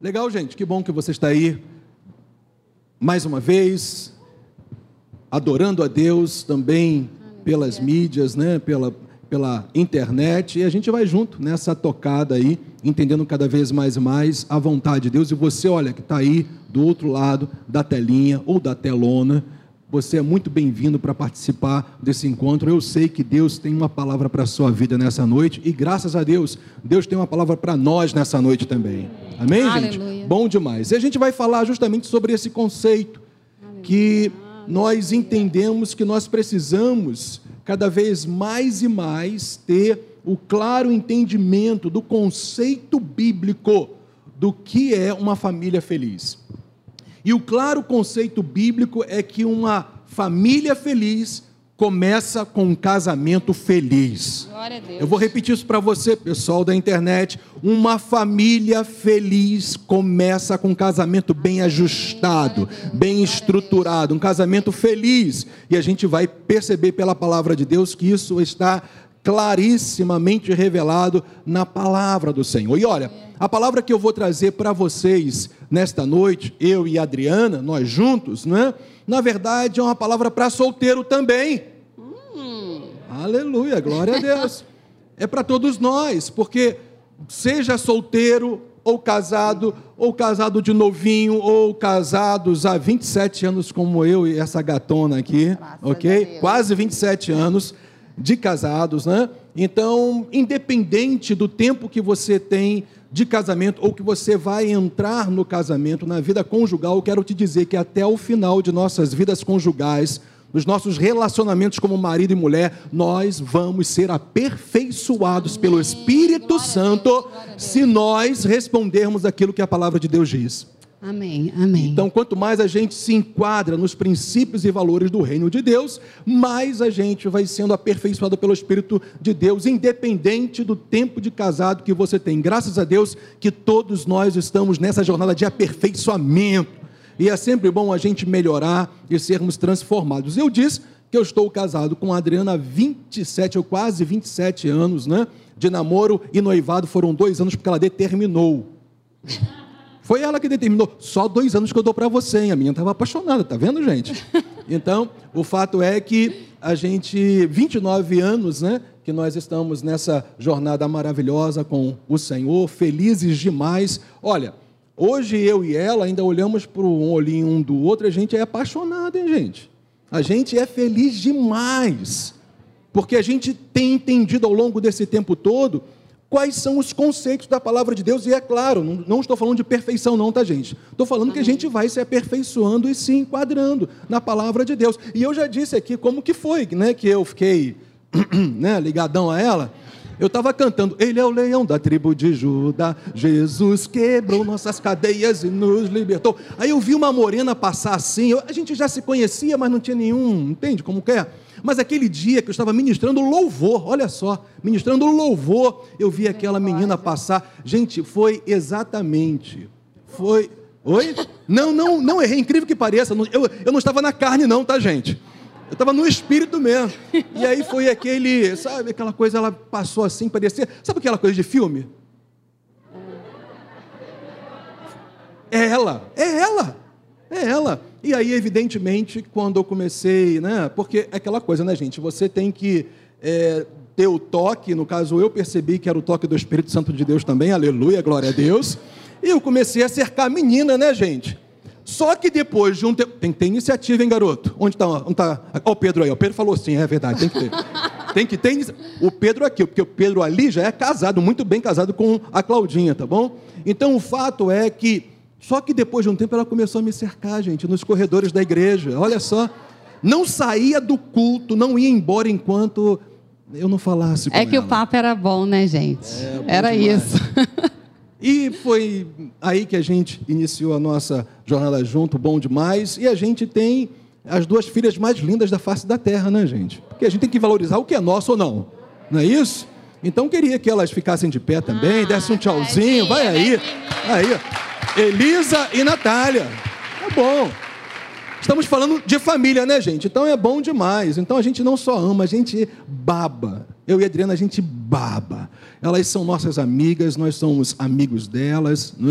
Legal, gente, que bom que você está aí mais uma vez, adorando a Deus também pelas mídias, né? Pela internet, e a gente vai junto nessa tocada aí, entendendo cada vez mais e mais a vontade de Deus. E você, olha, que está aí do outro lado da telinha ou da telona, você é muito bem-vindo para participar desse encontro. Eu sei que Deus tem uma palavra para a sua vida nessa noite, e graças a Deus, Deus tem uma palavra para nós nessa noite também. Amém, gente? Aleluia. Bom demais. E a gente vai falar justamente sobre esse conceito, que nós entendemos que nós precisamos cada vez mais e mais ter o claro entendimento do conceito bíblico do que é uma família feliz. E o claro conceito bíblico é que uma família feliz começa com um casamento feliz. Glória a Deus. Eu vou repetir isso para você, pessoal da internet. Uma família feliz começa com um casamento bem ajustado, bem estruturado, um casamento feliz. E a gente vai perceber pela palavra de Deus que isso está clarissimamente revelado na palavra do Senhor. E olha, a palavra que eu vou trazer para vocês nesta noite, eu e a Adriana, nós juntos, não é? Na verdade é uma palavra para solteiro também. Aleluia, glória a Deus. É para todos nós, porque seja solteiro ou casado de novinho, ou casados há 27 anos como eu e essa gatona aqui, ok? Quase 27 anos de casados, né? Então, independente do tempo que você tem de casamento, ou que você vai entrar no casamento, na vida conjugal, eu quero te dizer que até o final de nossas vidas conjugais, nos nossos relacionamentos como marido e mulher, nós vamos ser aperfeiçoados pelo Espírito Santo, se nós respondermos aquilo que a palavra de Deus diz. Amém, amém. Então, quanto mais a gente se enquadra nos princípios e valores do reino de Deus, mais a gente vai sendo aperfeiçoado pelo Espírito de Deus, independente do tempo de casado que você tem. Graças a Deus que todos nós estamos nessa jornada de aperfeiçoamento. E é sempre bom a gente melhorar e sermos transformados. Eu disse que eu estou casado com a Adriana há 27, ou quase 27 anos, né? De namoro e noivado foram 2 anos, porque ela determinou. Foi ela que determinou. Só 2 anos que eu dou para você, hein? A minha estava apaixonada, tá vendo, gente? Então, o fato é que a gente, 29 anos, né? Que nós estamos nessa jornada maravilhosa com o Senhor, felizes demais. Olha, hoje eu e ela ainda olhamos para um olhinho um do outro, a gente é apaixonado, hein, gente? A gente é feliz demais, porque a gente tem entendido ao longo desse tempo todo quais são os conceitos da palavra de Deus, e é claro, não estou falando de perfeição não, tá, gente? Estou falando que a gente vai se aperfeiçoando e se enquadrando na palavra de Deus. E eu já disse aqui como que foi, né, que eu fiquei né, ligadão a ela. Eu estava cantando, ele é o leão da tribo de Judá, Jesus quebrou nossas cadeias e nos libertou. Aí eu vi uma morena passar assim, a gente já se conhecia, mas não tinha nenhum, entende como que é? Mas aquele dia que eu estava ministrando louvor, olha só, ministrando louvor, eu vi aquela menina passar. Gente, foi exatamente, oi? Não errei, incrível que pareça, eu não estava na carne não, tá, gente? Eu estava no espírito mesmo. E aí foi aquele, sabe, aquela coisa, ela passou assim, parecia, sabe aquela coisa de filme? É ela. E aí, evidentemente, quando eu comecei, né, porque é aquela coisa, né, gente, você tem que ter o toque, no caso eu percebi que era o toque do Espírito Santo de Deus também, aleluia, glória a Deus, e eu comecei a cercar a menina, né, gente? Só que depois de um tempo... Tem que ter iniciativa, hein, garoto? Onde está? Olha o Pedro aí. O Pedro falou sim, é verdade, tem que ter. Tem que ter o Pedro aqui, porque o Pedro ali já é casado, muito bem casado com a Claudinha, tá bom? Então, o fato é que... Só que depois de um tempo ela começou a me cercar, gente, nos corredores da igreja. Olha só. Não saía do culto, não ia embora enquanto eu não falasse com ela. É que o papo era bom, né, gente? Era demais. Isso. E foi aí que a gente iniciou a nossa jornada junto, bom demais. E a gente tem as 2 filhas mais lindas da face da terra, né, gente? Porque a gente tem que valorizar o que é nosso ou não. Não é isso? Então, queria que elas ficassem de pé também, dessem um tchauzinho. Vai aí. Aí, ó. Elisa e Natália. É bom. Estamos falando de família, né, gente? Então, é bom demais. Então, a gente não só ama, a gente baba. Eu e a Adriana, a gente baba. Elas são nossas amigas, nós somos amigos delas, não é?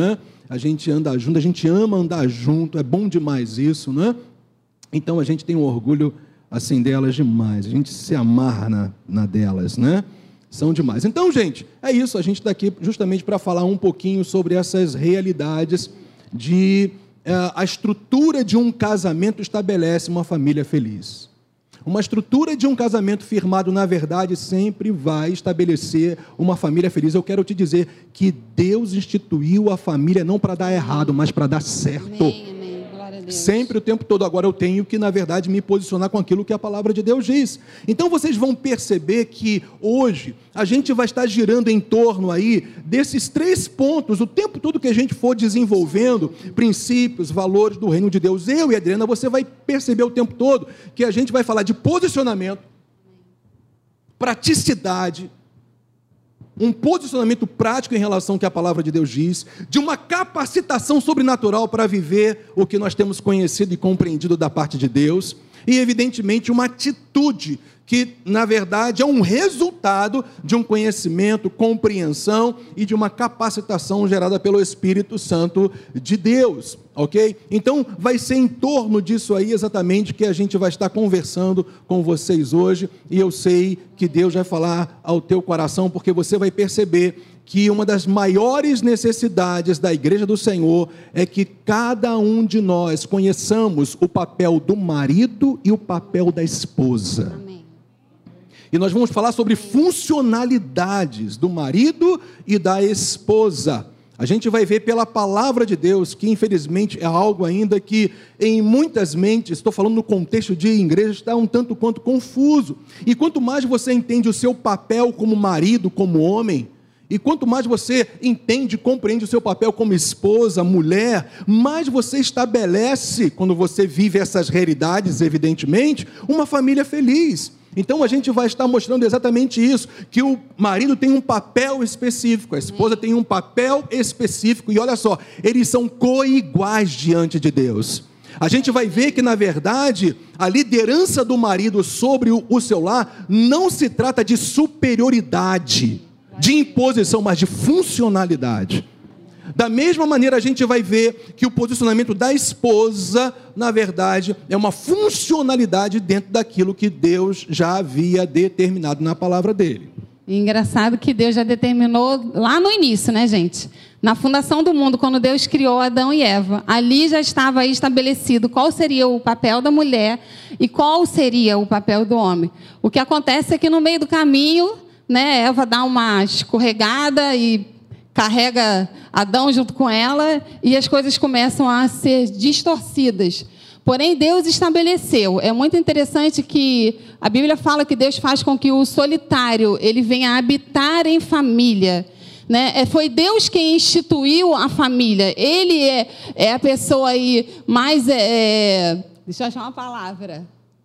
a gente anda junto, a gente ama andar junto, é bom demais isso, não é? Então a gente tem um orgulho assim delas demais, a gente se amarra na delas, né? São demais. Então, gente, é isso, a gente está aqui justamente para falar um pouquinho sobre essas realidades de a estrutura de um casamento estabelece uma família feliz. Uma estrutura de um casamento firmado na verdade sempre vai estabelecer uma família feliz. Eu quero te dizer que Deus instituiu a família não para dar errado, mas para dar certo. Amém, amém. Glória a Deus. Sempre, o tempo todo. Agora eu tenho que, na verdade, me posicionar com aquilo que a palavra de Deus diz. Então vocês vão perceber que hoje a gente vai estar girando em torno aí desses 3 pontos, o tempo todo que a gente for desenvolvendo princípios, valores do reino de Deus. Eu e a Adriana, você vai perceber o tempo todo que a gente vai falar de posicionamento, praticidade, um posicionamento prático em relação ao que a palavra de Deus diz, de uma capacitação sobrenatural para viver o que nós temos conhecido e compreendido da parte de Deus, e evidentemente uma atitude que, na verdade, é um resultado de um conhecimento, compreensão e de uma capacitação gerada pelo Espírito Santo de Deus, ok? Então, vai ser em torno disso aí exatamente que a gente vai estar conversando com vocês hoje, e eu sei que Deus vai falar ao teu coração, porque você vai perceber que uma das maiores necessidades da Igreja do Senhor é que cada um de nós conheçamos o papel do marido e o papel da esposa. Amém. E nós vamos falar sobre funcionalidades do marido e da esposa. A gente vai ver pela palavra de Deus que, infelizmente, é algo ainda que em muitas mentes, estou falando no contexto de igreja, está um tanto quanto confuso. E quanto mais você entende o seu papel como marido, como homem, e quanto mais você entende e compreende o seu papel como esposa, mulher, mais você estabelece, quando você vive essas realidades, evidentemente, uma família feliz. Então a gente vai estar mostrando exatamente isso, que o marido tem um papel específico, a esposa tem um papel específico, e olha só, eles são coiguais diante de Deus. A gente vai ver que, na verdade, a liderança do marido sobre o seu lar não se trata de superioridade, de imposição, mas de funcionalidade. Da mesma maneira, a gente vai ver que o posicionamento da esposa, na verdade, é uma funcionalidade dentro daquilo que Deus já havia determinado na palavra dele. Engraçado que Deus já determinou lá no início, né, gente? Na fundação do mundo, quando Deus criou Adão e Eva, ali já estava aí estabelecido qual seria o papel da mulher e qual seria o papel do homem. O que acontece é que no meio do caminho, né, Eva dá uma escorregada e carrega Adão junto com ela, e as coisas começam a ser distorcidas. Porém, Deus estabeleceu. É muito interessante que a Bíblia fala que Deus faz com que o solitário ele venha habitar em família. Né? Foi Deus quem instituiu a família. Ele é a pessoa aí mais... deixa eu achar uma palavra...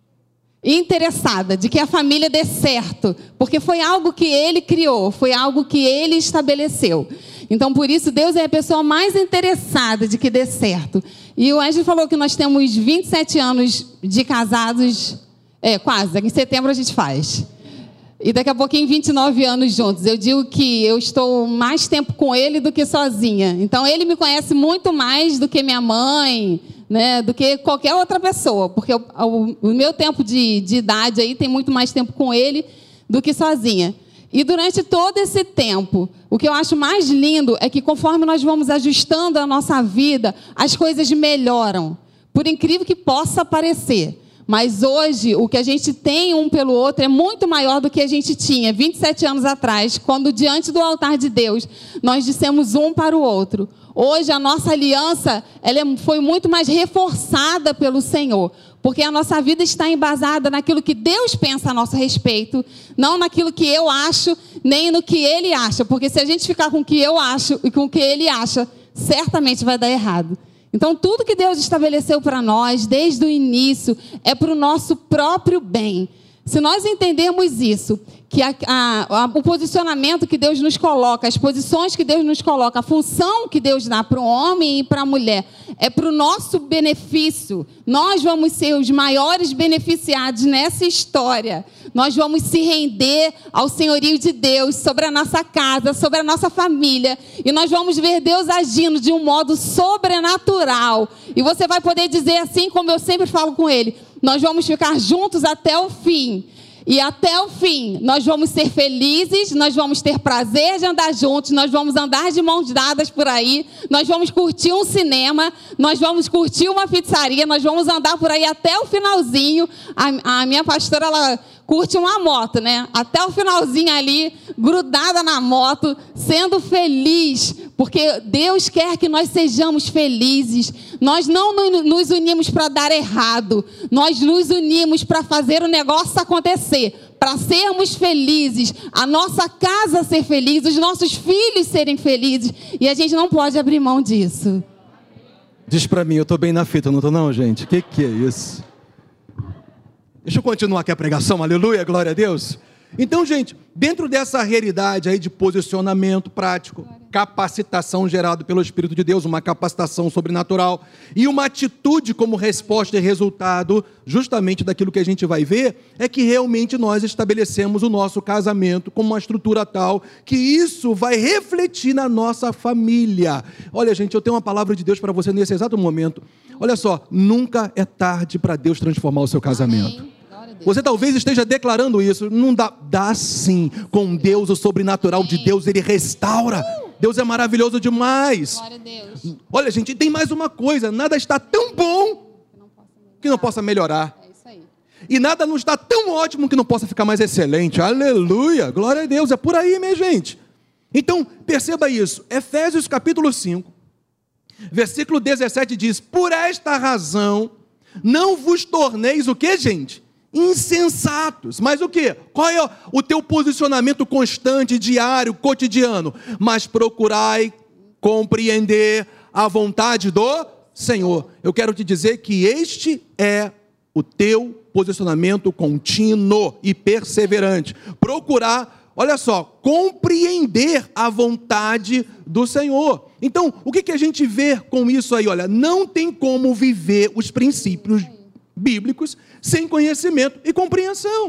interessada de que a família dê certo, porque foi algo que ele criou, foi algo que ele estabeleceu. Então, por isso, Deus é a pessoa mais interessada de que dê certo. E o Wesley falou que nós temos 27 anos de casados, quase, em setembro a gente faz. E daqui a pouquinho 29 anos juntos. Eu digo que eu estou mais tempo com ele do que sozinha. Então, ele me conhece muito mais do que minha mãe, né, do que qualquer outra pessoa, porque o meu tempo de idade aí tem muito mais tempo com ele do que sozinha. E durante todo esse tempo, o que eu acho mais lindo é que conforme nós vamos ajustando a nossa vida, as coisas melhoram, por incrível que possa parecer. Mas hoje, o que a gente tem um pelo outro é muito maior do que a gente tinha 27 anos atrás, quando diante do altar de Deus, nós dissemos um para o outro. Hoje, a nossa aliança foi muito mais reforçada pelo Senhor, porque a nossa vida está embasada naquilo que Deus pensa a nosso respeito, não naquilo que eu acho, nem no que Ele acha, porque se a gente ficar com o que eu acho e com o que Ele acha, certamente vai dar errado. Então, tudo que Deus estabeleceu para nós, desde o início, é para o nosso próprio bem. Se nós entendermos isso, que o posicionamento que Deus nos coloca, as posições que Deus nos coloca, a função que Deus dá para o homem e para a mulher, é para o nosso benefício. Nós vamos ser os maiores beneficiados nessa história. Nós vamos se render ao senhorio de Deus sobre a nossa casa, sobre a nossa família. E nós vamos ver Deus agindo de um modo sobrenatural. E você vai poder dizer assim, como eu sempre falo com ele, nós vamos ficar juntos até o fim. E até o fim, nós vamos ser felizes, nós vamos ter prazer de andar juntos, nós vamos andar de mãos dadas por aí, nós vamos curtir um cinema, nós vamos curtir uma pizzaria, nós vamos andar por aí até o finalzinho. A minha pastora, ela curte uma moto, né? Até o finalzinho ali, grudada na moto, sendo feliz, porque Deus quer que nós sejamos felizes. Nós não nos unimos para dar errado, nós nos unimos para fazer o negócio acontecer, para sermos felizes, a nossa casa ser feliz, os nossos filhos serem felizes, e a gente não pode abrir mão disso. Diz para mim, eu estou bem na fita, não estou não, gente? O que é isso? Deixa eu continuar aqui a pregação, aleluia, glória a Deus. Então, gente, dentro dessa realidade aí de posicionamento prático, capacitação gerada pelo Espírito de Deus, uma capacitação sobrenatural e uma atitude como resposta e resultado justamente daquilo que a gente vai ver, é que realmente nós estabelecemos o nosso casamento como uma estrutura tal que isso vai refletir na nossa família. Olha, gente, eu tenho uma palavra de Deus para você nesse exato momento. Olha só, nunca é tarde para Deus transformar o seu casamento. Amém. Você talvez esteja declarando isso. Não dá sim. Com Deus, o sobrenatural de Deus, Ele restaura. Deus é maravilhoso demais. Glória a Deus. Olha, gente, tem mais uma coisa. Nada está tão bom que não possa melhorar. É isso aí. E nada não está tão ótimo que não possa ficar mais excelente. Aleluia. Glória a Deus. É por aí, minha gente. Então, perceba isso. Efésios capítulo 5, versículo 17 diz: por esta razão, não vos torneis o que, gente? Insensatos. Mas o quê? Qual é o teu posicionamento constante, diário, cotidiano? Mas procurai compreender a vontade do Senhor. Eu quero te dizer que este é o teu posicionamento contínuo e perseverante. Procurar, olha só, compreender a vontade do Senhor. Então, o que a gente vê com isso aí? Olha, não tem como viver os princípios bíblicos sem conhecimento e compreensão.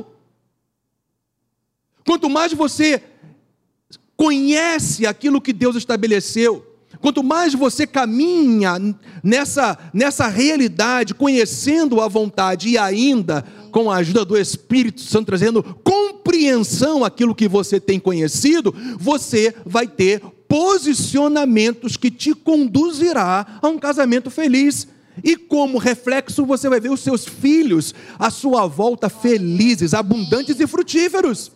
Quanto mais você conhece aquilo que Deus estabeleceu, quanto mais você caminha nessa realidade, conhecendo a vontade e ainda com a ajuda do Espírito Santo, trazendo compreensão àquilo que você tem conhecido, você vai ter posicionamentos que te conduzirá a um casamento feliz. E como reflexo, você vai ver os seus filhos à sua volta felizes, abundantes e frutíferos.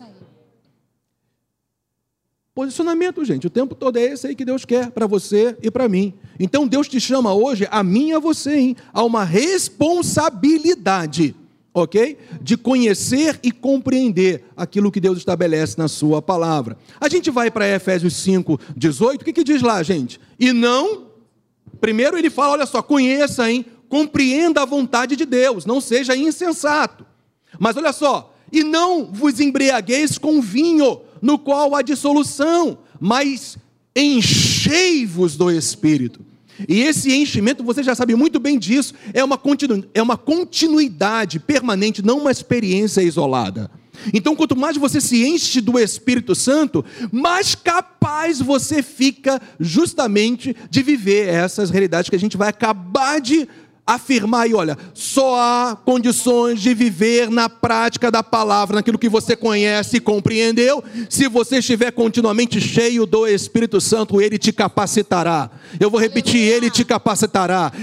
Posicionamento, gente, o tempo todo é esse aí que Deus quer para você e para mim. Então Deus te chama hoje, a mim e a você, hein, a uma responsabilidade, ok? De conhecer e compreender aquilo que Deus estabelece na sua palavra. A gente vai para Efésios 5, 18, o que diz lá, gente? E não... Primeiro ele fala, olha só, conheça, hein? Compreenda a vontade de Deus, não seja insensato. Mas olha só, e não vos embriagueis com vinho, no qual há dissolução, mas enchei-vos do Espírito. E esse enchimento, você já sabe muito bem disso, é uma continuidade permanente, não uma experiência isolada. Então, quanto mais você se enche do Espírito Santo, mais capaz você fica justamente de viver essas realidades que a gente vai acabar de afirmar aí, olha, só há condições de viver na prática da palavra, naquilo que você conhece e compreendeu, se você estiver continuamente cheio do Espírito Santo, Ele te capacitará. Eu vou repetir, Ele te capacitará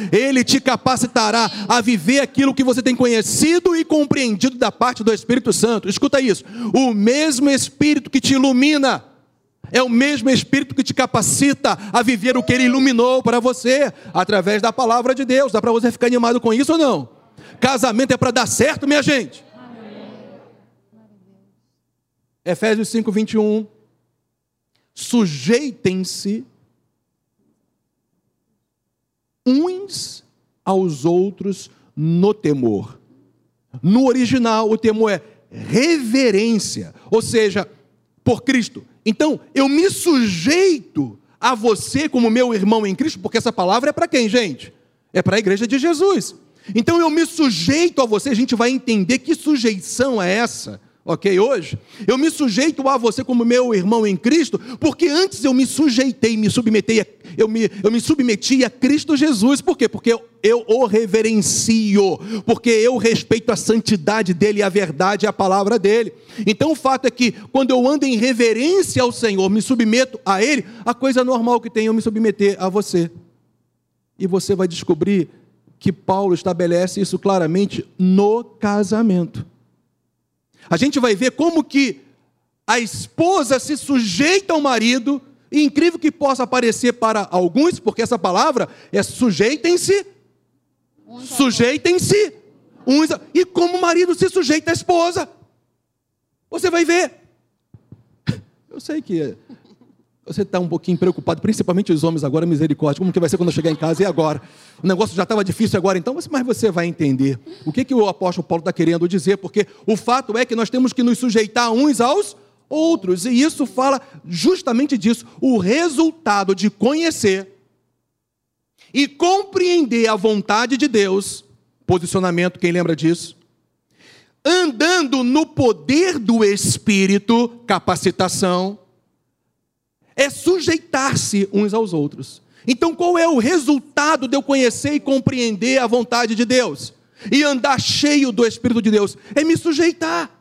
a viver aquilo que você tem conhecido e compreendido da parte do Espírito Santo. Escuta isso, o mesmo Espírito que te ilumina, é o mesmo Espírito que te capacita a viver o que Ele iluminou para você, através da palavra de Deus. Dá para você ficar animado com isso ou não? Casamento é para dar certo, minha gente. Efésios 5, 21. Sujeitem-se uns aos outros no temor. No original, o temor é reverência, ou seja, por Cristo. Então, eu me sujeito a você como meu irmão em Cristo, porque essa palavra é para quem, gente? É para a igreja de Jesus. Então eu me sujeito a você, a gente vai entender que sujeição é essa, ok, hoje? Eu me sujeito a você como meu irmão em Cristo, porque antes eu me sujeitei, eu me submeti a Cristo Jesus. Por quê? Porque eu o reverencio, porque eu respeito a santidade dele, a verdade, a palavra dele. Então o fato é que quando eu ando em reverência ao Senhor, me submeto a ele, a coisa normal que tem é eu me submeter a você. E você vai descobrir que Paulo estabelece isso claramente no casamento. A gente vai ver como que a esposa se sujeita ao marido, e incrível que possa parecer para alguns, porque essa palavra é sujeitem-se, e como o marido se sujeita à esposa. Você vai ver. Eu sei que você está um pouquinho preocupado, principalmente os homens agora, misericórdia, como que vai ser quando eu chegar em casa e agora? O negócio já estava difícil agora, então, mas você vai entender o que o apóstolo Paulo está querendo dizer, porque o fato é que nós temos que nos sujeitar uns aos outros, e isso fala justamente disso, o resultado de conhecer e compreender a vontade de Deus, posicionamento, quem lembra disso? Andando no poder do Espírito, capacitação, é sujeitar-se uns aos outros. Então, qual é o resultado de eu conhecer e compreender a vontade de Deus? E andar cheio do Espírito de Deus? É me sujeitar.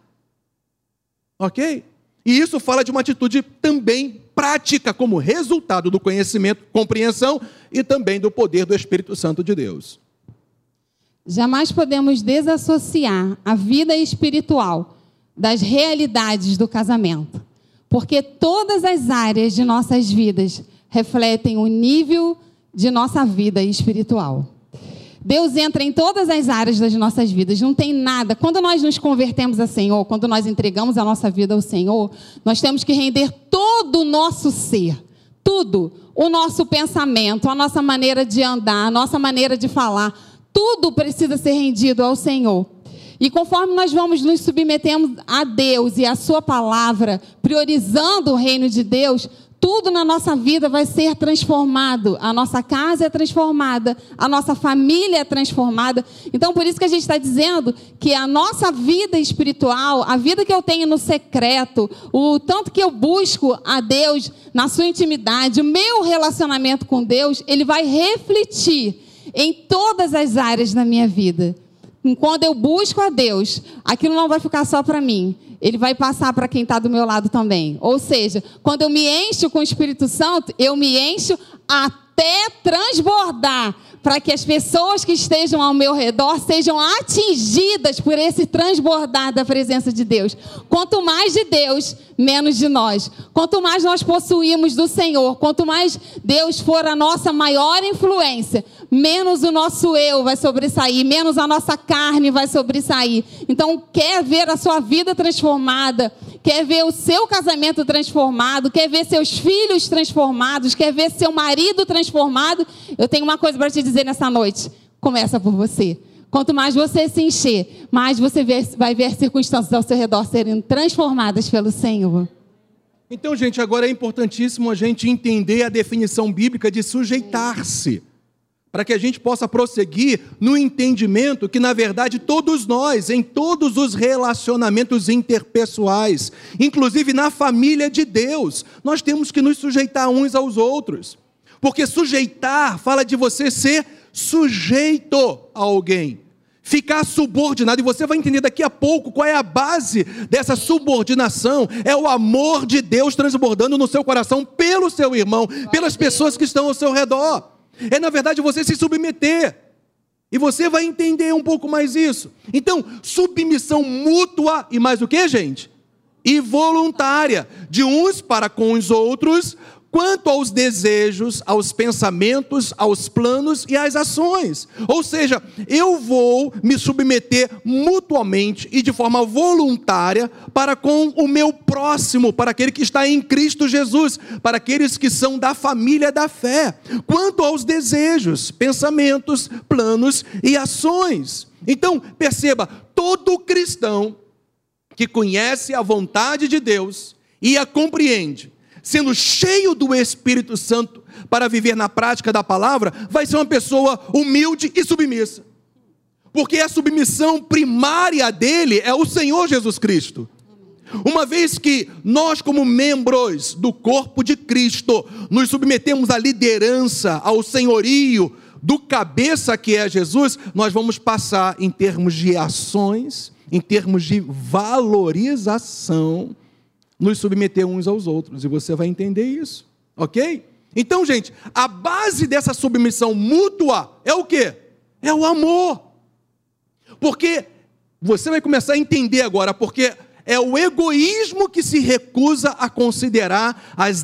Ok? E isso fala de uma atitude também prática, como resultado do conhecimento, compreensão e também do poder do Espírito Santo de Deus. Jamais podemos desassociar a vida espiritual das realidades do casamento. Porque todas as áreas de nossas vidas refletem o nível de nossa vida espiritual. Deus entra em todas as áreas das nossas vidas, não tem nada. Quando nós nos convertemos ao Senhor, quando nós entregamos a nossa vida ao Senhor, nós temos que render todo o nosso ser, tudo, o nosso pensamento, a nossa maneira de andar, a nossa maneira de falar, tudo precisa ser rendido ao Senhor. E conforme nós vamos nos submetendo a Deus e a sua palavra, priorizando o reino de Deus, tudo na nossa vida vai ser transformado. A nossa casa é transformada, a nossa família é transformada. Então, por isso que a gente está dizendo que a nossa vida espiritual, a vida que eu tenho no secreto, o tanto que eu busco a Deus na sua intimidade, o meu relacionamento com Deus, ele vai refletir em todas as áreas da minha vida. Quando eu busco a Deus, aquilo não vai ficar só para mim. Ele vai passar para quem está do meu lado também. Ou seja, quando eu me encho com o Espírito Santo, eu me encho até transbordar, para que as pessoas que estejam ao meu redor sejam atingidas por esse transbordar da presença de Deus. Quanto mais de Deus, menos de nós. Quanto mais nós possuímos do Senhor, quanto mais Deus for a nossa maior influência, menos o nosso eu vai sobressair, menos a nossa carne vai sobressair. Então, quer ver a sua vida transformada, quer ver o seu casamento transformado, quer ver seus filhos transformados, quer ver seu marido transformado, eu tenho uma coisa para te dizer nessa noite: começa por você. Quanto mais você se encher, mais você vai ver circunstâncias ao seu redor serem transformadas pelo Senhor. Então, gente, agora é importantíssimo a gente entender a definição bíblica de sujeitar-se, para que a gente possa prosseguir no entendimento que, na verdade, todos nós, em todos os relacionamentos interpessoais, inclusive na família de Deus, nós temos que nos sujeitar uns aos outros. Porque sujeitar fala de você ser sujeito a alguém, ficar subordinado, e você vai entender daqui a pouco qual é a base dessa subordinação. É o amor de Deus transbordando no seu coração pelo seu irmão, pelas pessoas que estão ao seu redor. É, na verdade, você se submeter. E você vai entender um pouco mais isso. Então, submissão mútua e mais o que, gente? E voluntária, de uns para com os outros, quanto aos desejos, aos pensamentos, aos planos e às ações. Ou seja, eu vou me submeter mutuamente e de forma voluntária para com o meu próximo, para aquele que está em Cristo Jesus, para aqueles que são da família da fé, quanto aos desejos, pensamentos, planos e ações. Então, perceba, todo cristão que conhece a vontade de Deus e a compreende, sendo cheio do Espírito Santo para viver na prática da palavra, vai ser uma pessoa humilde e submissa. Porque a submissão primária dele é o Senhor Jesus Cristo. Uma vez que nós, como membros do corpo de Cristo, nos submetemos à liderança, ao senhorio do cabeça que é Jesus, nós vamos passar em termos de ações, em termos de valorização, nos submeter uns aos outros, e você vai entender isso, ok? Então, gente, a base dessa submissão mútua é o quê? É o amor. Porque você vai começar a entender agora, porque é o egoísmo que se recusa a considerar as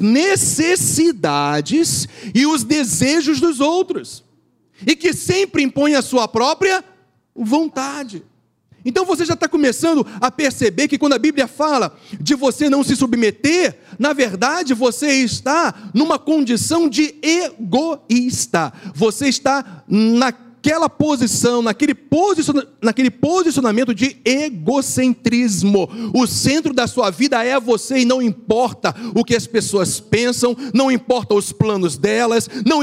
necessidades e os desejos dos outros, e que sempre impõe a sua própria vontade. Então você já está começando a perceber que quando a Bíblia fala de você não se submeter, na verdade você está numa condição de egoísta. Você está naquela posição, naquele posicionamento de egocentrismo. O centro da sua vida é você e não importa o que as pessoas pensam, não importa os planos delas, não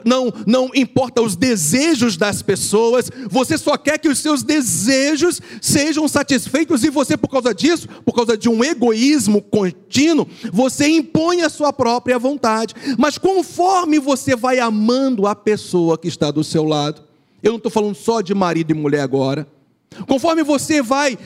importa os desejos das pessoas. Você só quer que os seus desejos sejam satisfeitos e você, por causa disso, por causa de um egoísmo contínuo, você impõe a sua própria vontade. Mas conforme você vai amando a pessoa que está do seu lado, eu não estou falando só de marido e mulher agora. Conforme você vai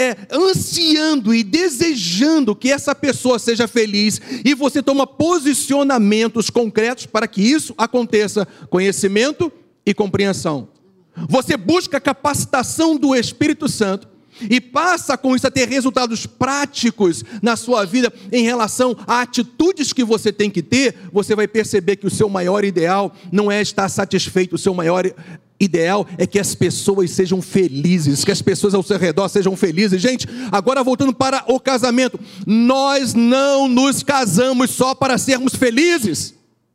ansiando e desejando que essa pessoa seja feliz, e você toma posicionamentos concretos para que isso aconteça, conhecimento e compreensão. Você busca a capacitação do Espírito Santo e passa com isso a ter resultados práticos na sua vida em relação a atitudes que você tem que ter. Você vai perceber que o seu maior ideal não é estar satisfeito, o seu maior ideal é que as pessoas sejam felizes, que as pessoas ao seu redor sejam felizes. Gente, agora voltando para o casamento, nós não nos casamos só para sermos felizes.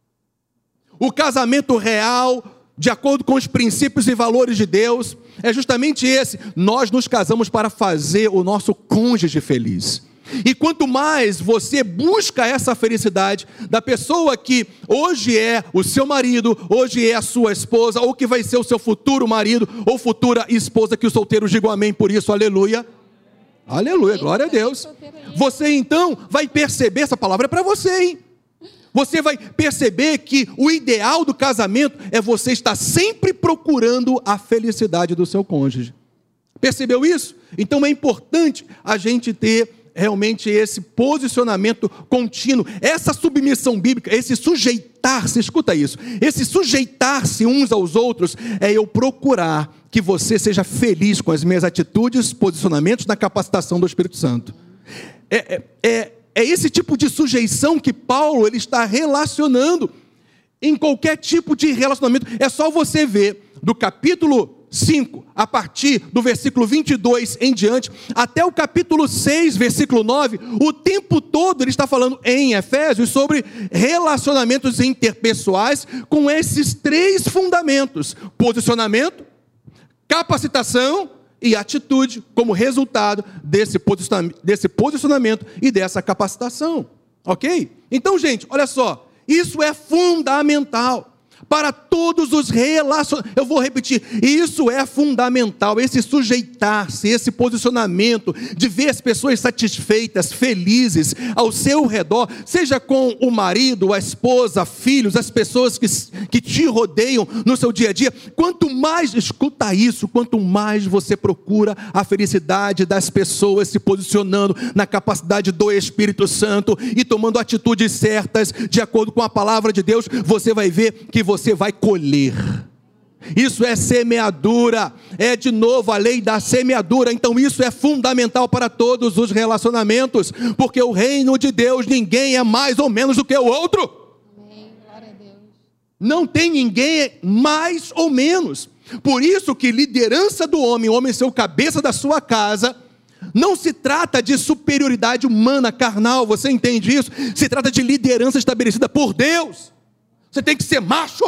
O casamento real, de acordo com os princípios e valores de Deus, é justamente esse: nós nos casamos para fazer o nosso cônjuge feliz. E quanto mais você busca essa felicidade da pessoa que hoje é o seu marido, hoje é a sua esposa, ou que vai ser o seu futuro marido ou futura esposa, que os solteiros digam amém por isso, aleluia. Aleluia, glória a Deus. Você então vai perceber, essa palavra é para você, hein? Você vai perceber que o ideal do casamento é você estar sempre procurando a felicidade do seu cônjuge. Percebeu isso? Então é importante a gente ter realmente esse posicionamento contínuo, essa submissão bíblica, esse sujeitar-se, escuta isso, esse sujeitar-se uns aos outros, é eu procurar que você seja feliz com as minhas atitudes, posicionamentos na capacitação do Espírito Santo. É esse tipo de sujeição que Paulo ele está relacionando em qualquer tipo de relacionamento. É só você ver do capítulo 5, a partir do versículo 22 em diante, até o capítulo 6, versículo 9, o tempo todo ele está falando em Efésios sobre relacionamentos interpessoais com esses três fundamentos: posicionamento, capacitação e atitude, como resultado desse posicionamento e dessa capacitação, ok? Então, gente, olha só, isso é fundamental para todos os relacionamentos. Eu vou repetir, isso é fundamental, esse sujeitar-se, esse posicionamento de ver as pessoas satisfeitas, felizes ao seu redor, seja com o marido, a esposa, filhos, as pessoas que te rodeiam no seu dia a dia. Quanto mais, escuta isso, quanto mais você procura a felicidade das pessoas, se posicionando na capacidade do Espírito Santo e tomando atitudes certas de acordo com a palavra de Deus, você vai ver que você vai colher. Isso é semeadura, é de novo a lei da semeadura. Então isso é fundamental para todos os relacionamentos, porque o reino de Deus, ninguém é mais ou menos do que o outro. Amém. Glória a Deus. Não tem ninguém mais ou menos. Por isso que liderança do homem, o homem ser o cabeça da sua casa, não se trata de superioridade humana, carnal, você entende isso? Se trata de liderança estabelecida por Deus. Você tem que ser macho,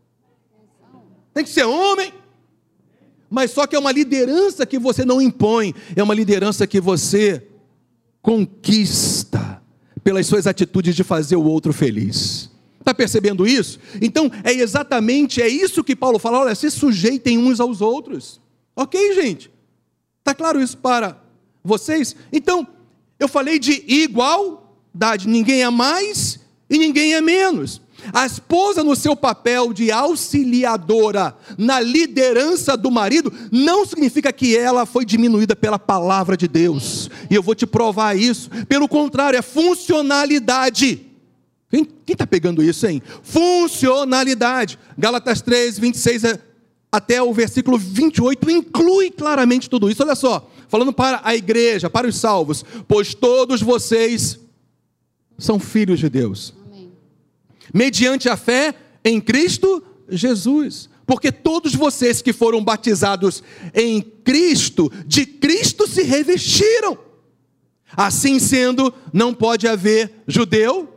tem que ser homem, mas só que é uma liderança que você não impõe, é uma liderança que você conquista pelas suas atitudes de fazer o outro feliz. Está percebendo isso? Então, é isso que Paulo fala, olha, se sujeitem uns aos outros. Ok, gente? Está claro isso para vocês? Então, eu falei de igualdade, ninguém é mais e ninguém é menos. A esposa, no seu papel de auxiliadora na liderança do marido, não significa que ela foi diminuída pela palavra de Deus. E eu vou te provar isso. Pelo contrário, é funcionalidade. Quem está pegando isso, hein? Funcionalidade. Gálatas 3, 26 até o versículo 28 inclui claramente tudo isso. Olha só, falando para a igreja, para os salvos. Pois todos vocês são filhos de Deus. Mediante a fé em Cristo Jesus. Porque todos vocês que foram batizados em Cristo, de Cristo se revestiram. Assim sendo, não pode haver judeu,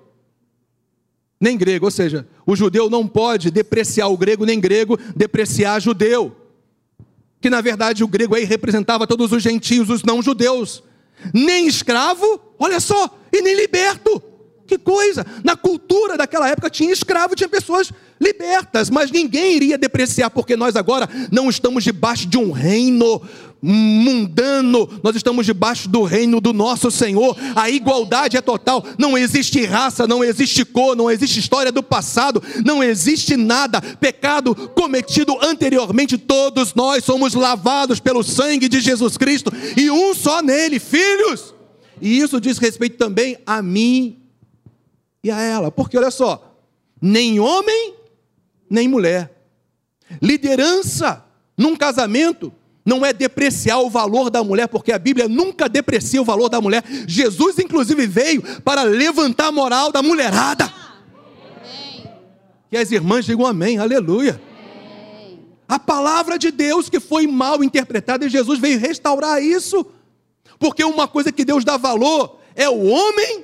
nem grego. Ou seja, o judeu não pode depreciar o grego, nem grego depreciar judeu. Que na verdade o grego aí representava todos os gentios, os não judeus. Nem escravo, olha só, e nem liberto. Que coisa! Na cultura daquela época tinha escravo, tinha pessoas libertas, mas ninguém iria depreciar, porque nós agora não estamos debaixo de um reino mundano, nós estamos debaixo do reino do nosso Senhor. A igualdade é total, não existe raça, não existe cor, não existe história do passado, não existe nada, pecado cometido anteriormente, todos nós somos lavados pelo sangue de Jesus Cristo, e um só nele, filhos, e isso diz respeito também a mim e a ela, porque olha só, nem homem, nem mulher. Liderança num casamento não é depreciar o valor da mulher, porque a Bíblia nunca deprecia o valor da mulher. Jesus inclusive veio para levantar a moral da mulherada. Amém. Que as irmãs digam amém, aleluia. Amém. A palavra de Deus que foi mal interpretada, e Jesus veio restaurar isso, porque uma coisa que Deus dá valor é o homem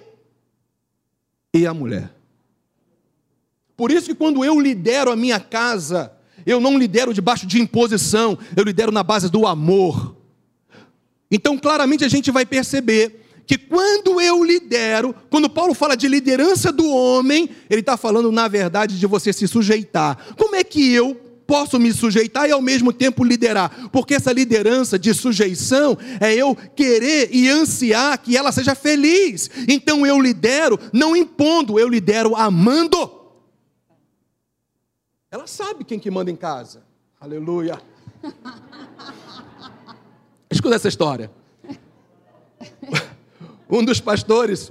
e a mulher. Por isso que quando eu lidero a minha casa, eu não lidero debaixo de imposição, eu lidero na base do amor. Então claramente a gente vai perceber que quando eu lidero, quando Paulo fala de liderança do homem, ele está falando na verdade de você se sujeitar. Como é que eu posso me sujeitar e ao mesmo tempo liderar? Porque essa liderança de sujeição é eu querer e ansiar que ela seja feliz. Então eu lidero não impondo, eu lidero amando. Ela sabe quem que manda em casa. Aleluia. Escuta essa história. Um dos pastores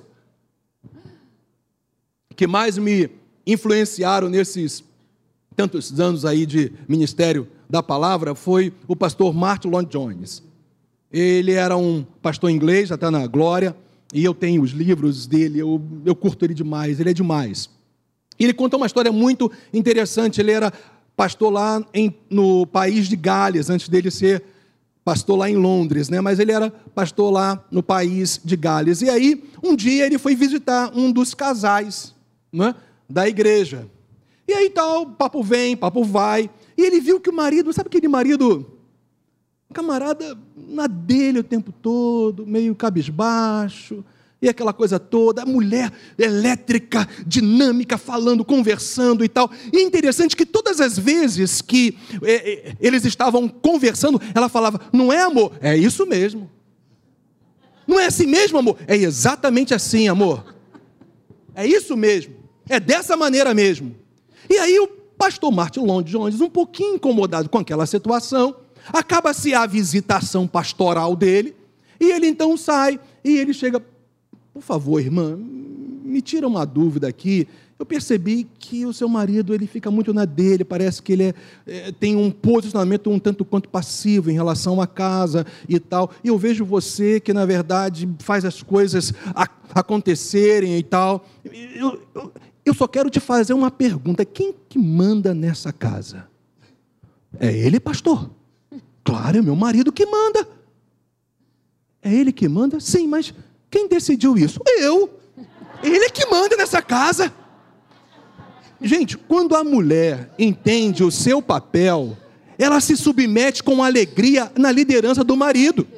que mais me influenciaram nesses tantos anos aí de ministério da palavra foi o pastor Martin Lloyd-Jones. Ele era um pastor inglês, já está na glória, e eu tenho os livros dele, eu curto ele demais, ele é demais. E ele conta uma história muito interessante. Ele era pastor lá no país de Gales, antes dele ser pastor lá em Londres, né? Mas ele era pastor lá no país de Gales. E aí, um dia ele foi visitar um dos casais, né, da igreja. E aí tal, papo vem, papo vai, e ele viu que o marido, sabe aquele marido, camarada na dele o tempo todo, meio cabisbaixo, e aquela coisa toda, a mulher elétrica, dinâmica, falando, conversando e tal. E é interessante que todas as vezes que eles estavam conversando, ela falava, não é, amor? É isso mesmo. Não é assim mesmo, amor? É exatamente assim, amor. É isso mesmo. É dessa maneira mesmo. E aí o pastor Martin Lloyd-Jones, um pouquinho incomodado com aquela situação, acaba-se a visitação pastoral dele, e ele então sai, e ele chega, por favor, irmã, me tira uma dúvida aqui, eu percebi que o seu marido, ele fica muito na dele, parece que ele tem um posicionamento um tanto quanto passivo em relação à casa e tal, e eu vejo você que, na verdade, faz as coisas acontecerem e tal. Eu só quero te fazer uma pergunta, quem que manda nessa casa? É ele, pastor? Claro, é meu marido que manda. É ele que manda? Sim, mas quem decidiu isso? Eu. Ele que manda nessa casa. Gente, quando a mulher entende o seu papel, ela se submete com alegria na liderança do marido.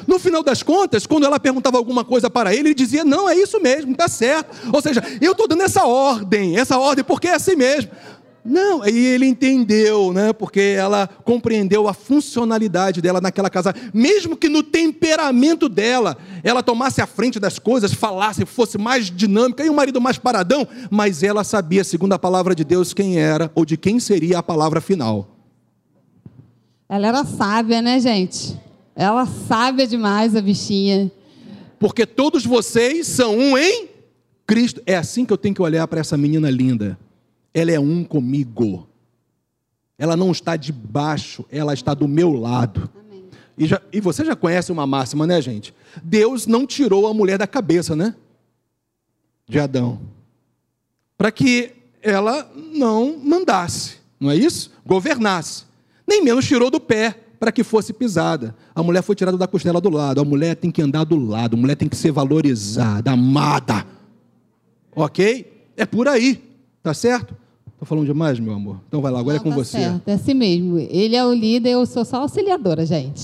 No final das contas, quando ela perguntava alguma coisa para ele dizia, não, é isso mesmo, está certo. Ou seja, eu estou dando essa ordem porque é assim mesmo. Não, aí ele entendeu, né? Porque ela compreendeu a funcionalidade dela naquela casa. Mesmo que no temperamento dela, ela tomasse a frente das coisas, falasse, fosse mais dinâmica, e o marido mais paradão, mas ela sabia, segundo a palavra de Deus, quem era ou de quem seria a palavra final. Ela era sábia, né, gente? Ela sábia demais, a bichinha. Porque todos vocês são um em Cristo. É assim que eu tenho que olhar para essa menina linda. Ela é um comigo. Ela não está debaixo, ela está do meu lado. Amém. E você já conhece uma máxima, né, gente? Deus não tirou a mulher da cabeça, né? De Adão. Para que ela não mandasse, não é isso? Governasse. Nem menos tirou do pé para que fosse pisada. A mulher foi tirada da costela do lado. A mulher tem que andar do lado. A mulher tem que ser valorizada, amada. Ok? É por aí. Tá certo? Estou falando demais, meu amor? Então vai lá, agora é com você. Certo, é assim mesmo. Ele é o líder, eu sou só auxiliadora, gente.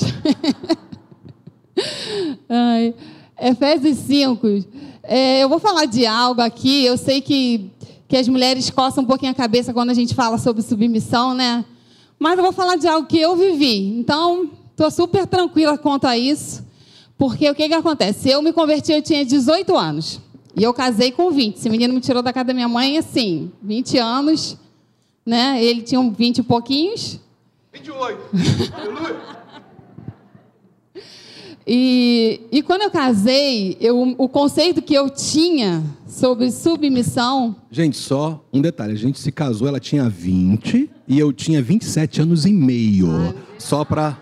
Ai, Efésios 5. Eu vou falar de algo aqui. Eu sei que as mulheres coçam um pouquinho a cabeça quando a gente fala sobre submissão, né? Mas eu vou falar de algo que eu vivi. Então, estou super tranquila quanto a isso. Porque o que acontece? Eu me converti, eu tinha 18 anos. E eu casei com 20. Esse menino me tirou da casa da minha mãe, assim, 20 anos, né? Ele tinha 20 e pouquinhos. 28. Aleluia. E quando eu casei, o conceito que eu tinha sobre submissão... Gente, só um detalhe. A gente se casou, ela tinha 20 e eu tinha 27 anos e meio. Só para...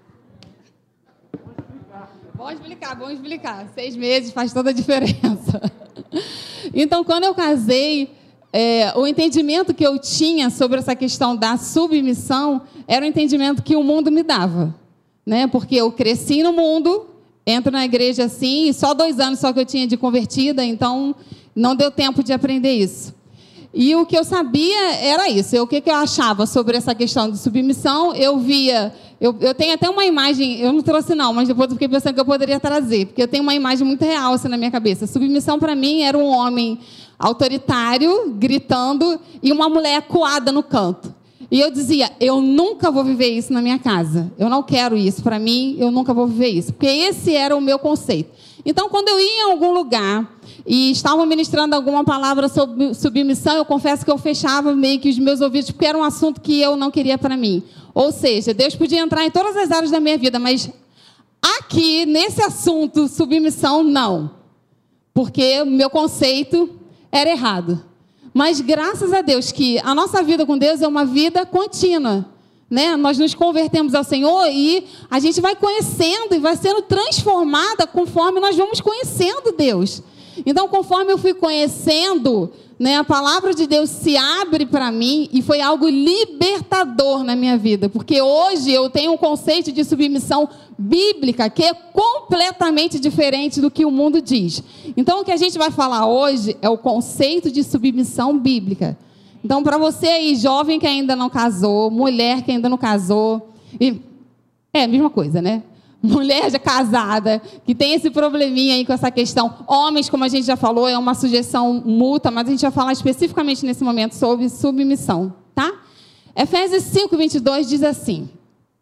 Vamos explicar. 6 meses faz toda a diferença. Então, quando eu casei, o entendimento que eu tinha sobre essa questão da submissão era o entendimento que o mundo me dava, né? Porque eu cresci no mundo, entro na igreja assim, e só 2 anos só que eu tinha de convertida, então não deu tempo de aprender isso. E o que eu sabia era isso. O que eu achava sobre essa questão de submissão, eu via... Eu tenho até uma imagem, eu não trouxe não, mas depois eu fiquei pensando que eu poderia trazer, porque eu tenho uma imagem muito real assim, na minha cabeça. Submissão, para mim, era um homem autoritário, gritando, e uma mulher coada no canto. E eu dizia, eu nunca vou viver isso na minha casa. Eu não quero isso. Para mim, eu nunca vou viver isso. Porque esse era o meu conceito. Então, quando eu ia em algum lugar e estavam ministrando alguma palavra sobre submissão, eu confesso que eu fechava meio que os meus ouvidos, porque era um assunto que eu não queria para mim. Ou seja, Deus podia entrar em todas as áreas da minha vida, mas aqui, nesse assunto, submissão, não. Porque o meu conceito era errado. Mas graças a Deus que a nossa vida com Deus é uma vida contínua, né? Nós nos convertemos ao Senhor e a gente vai conhecendo e vai sendo transformada conforme nós vamos conhecendo Deus. Então, conforme eu fui conhecendo, né, a palavra de Deus se abre para mim e foi algo libertador na minha vida, porque hoje eu tenho um conceito de submissão bíblica que é completamente diferente do que o mundo diz. Então, o que a gente vai falar hoje é o conceito de submissão bíblica. Então, para você aí, jovem que ainda não casou, mulher que ainda não casou, é a mesma coisa, né? Mulher já casada, que tem esse probleminha aí com essa questão. Homens, como a gente já falou, é uma sujeição mútua, mas a gente vai falar especificamente nesse momento sobre submissão, tá? Efésios 5:22 diz assim.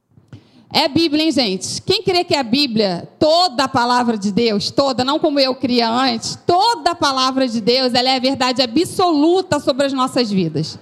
É Bíblia, hein, gente? Quem crê que é a Bíblia, toda a palavra de Deus, toda, não como eu cria antes, toda a palavra de Deus, ela é a verdade absoluta sobre as nossas vidas.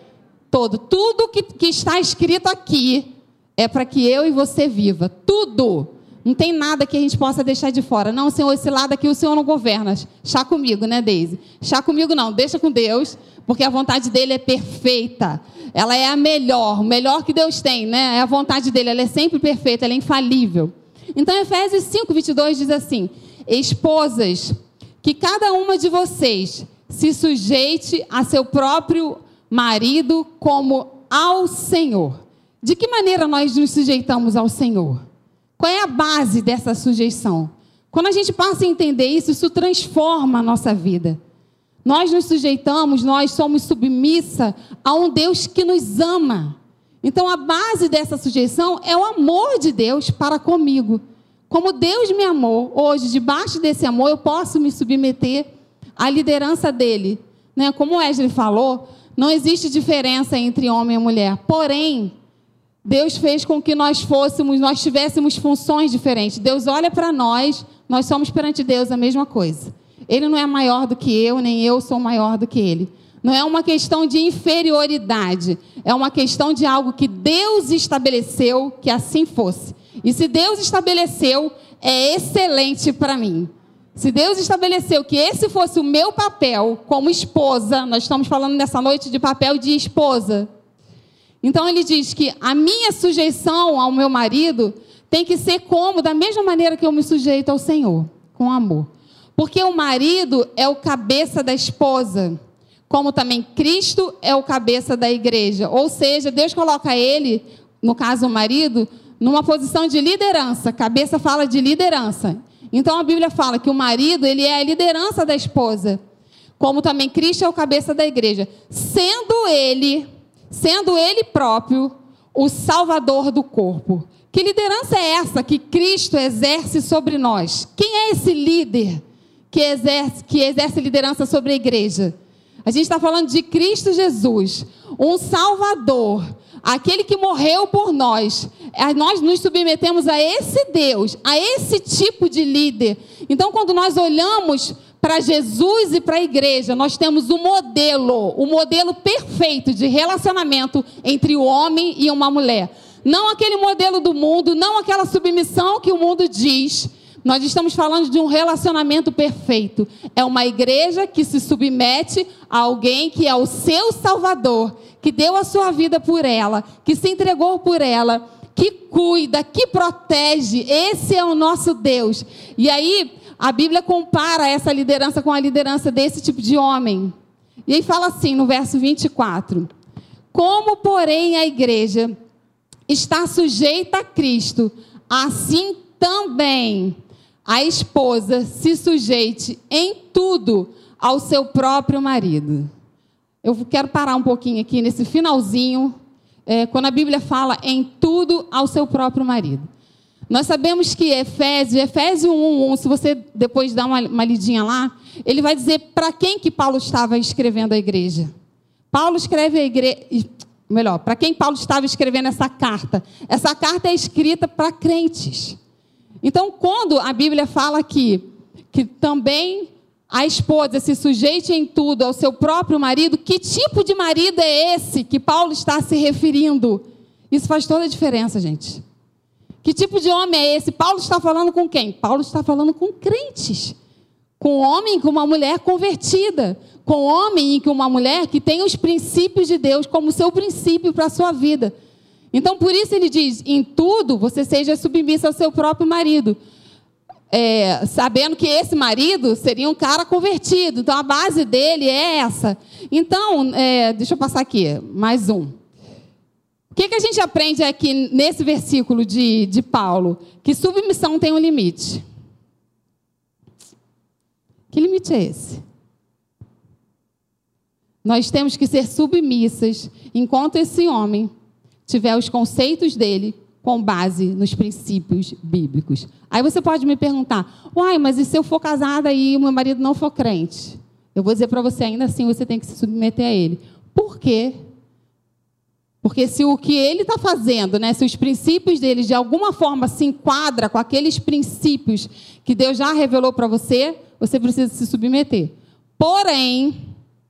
Tudo que está escrito aqui é para que eu e você viva. Tudo. Não tem nada que a gente possa deixar de fora. Não, Senhor, esse lado aqui o Senhor não governa. Chá comigo, né, Deise? Chá comigo não, deixa com Deus, porque a vontade dele é perfeita. Ela é a melhor, o melhor que Deus tem, né? É a vontade dele, ela é sempre perfeita, ela é infalível. Então, Efésios 5:22 diz assim: esposas, que cada uma de vocês se sujeite a seu próprio marido como ao Senhor. De que maneira nós nos sujeitamos ao Senhor? Qual é a base dessa sujeição? Quando a gente passa a entender isso, isso transforma a nossa vida. Nós nos sujeitamos, nós somos submissa a um Deus que nos ama. Então, a base dessa sujeição é o amor de Deus para comigo. Como Deus me amou, hoje, debaixo desse amor, eu posso me submeter à liderança dele. Né? Como o Wesley falou, não existe diferença entre homem e mulher. Porém, Deus fez com que nós tivéssemos funções diferentes. Deus olha para nós somos perante Deus a mesma coisa. Ele não é maior do que eu, nem eu sou maior do que ele. Não é uma questão de inferioridade, é uma questão de algo que Deus estabeleceu que assim fosse. E se Deus estabeleceu, é excelente para mim. Se Deus estabeleceu que esse fosse o meu papel como esposa, nós estamos falando nessa noite de papel de esposa. Então ele diz que a minha sujeição ao meu marido tem que ser da mesma maneira que eu me sujeito ao Senhor, com amor. Porque o marido é o cabeça da esposa, como também Cristo é o cabeça da igreja. Ou seja, Deus coloca ele, no caso o marido, numa posição de liderança. Cabeça fala de liderança. Então a Bíblia fala que o marido, ele é a liderança da esposa, como também Cristo é o cabeça da igreja, sendo ele próprio o salvador do corpo. Que liderança é essa que Cristo exerce sobre nós? Quem é esse líder que exerce liderança sobre a igreja? A gente está falando de Cristo Jesus, um Salvador, aquele que morreu por nós. Nós nos submetemos a esse Deus, a esse tipo de líder. Então, quando nós olhamos para Jesus e para a igreja, nós temos o modelo perfeito de relacionamento entre o homem e uma mulher. Não aquele modelo do mundo, não aquela submissão que o mundo diz. Nós estamos falando de um relacionamento perfeito. É uma igreja que se submete a alguém que é o seu Salvador, que deu a sua vida por ela, que se entregou por ela, que cuida, que protege. Esse é o nosso Deus. E aí, a Bíblia compara essa liderança com a liderança desse tipo de homem. E aí fala assim, no verso 24. Como, porém, a igreja está sujeita a Cristo, assim também a esposa se sujeite em tudo ao seu próprio marido. Eu quero parar um pouquinho aqui nesse finalzinho, quando a Bíblia fala em tudo ao seu próprio marido. Nós sabemos que Efésios 1:1, se você depois dá uma lidinha lá, ele vai dizer para quem que Paulo estava escrevendo a igreja. Paulo escreve a igreja, para quem Paulo estava escrevendo essa carta. Essa carta é escrita para crentes. Então, quando a Bíblia fala aqui que também a esposa se sujeite em tudo ao seu próprio marido, que tipo de marido é esse que Paulo está se referindo? Isso faz toda a diferença, gente. Que tipo de homem é esse? Paulo está falando com quem? Paulo está falando com crentes. Com um homem e com uma mulher convertida. Com um homem e com uma mulher que tem os princípios de Deus como seu princípio para a sua vida. Então, por isso ele diz, em tudo você seja submissa ao seu próprio marido. Sabendo que esse marido seria um cara convertido. Então, a base dele é essa. Então, deixa eu passar aqui, mais um. O que a gente aprende aqui nesse versículo de Paulo? Que submissão tem um limite. Que limite é esse? Nós temos que ser submissas enquanto esse homem tiver os conceitos dele com base nos princípios bíblicos. Aí você pode me perguntar, mas e se eu for casada e o meu marido não for crente? Eu vou dizer para você, ainda assim você tem que se submeter a ele. Por quê? Porque se o que ele está fazendo, se os princípios dele de alguma forma se enquadra com aqueles princípios que Deus já revelou para você, você precisa se submeter. Porém,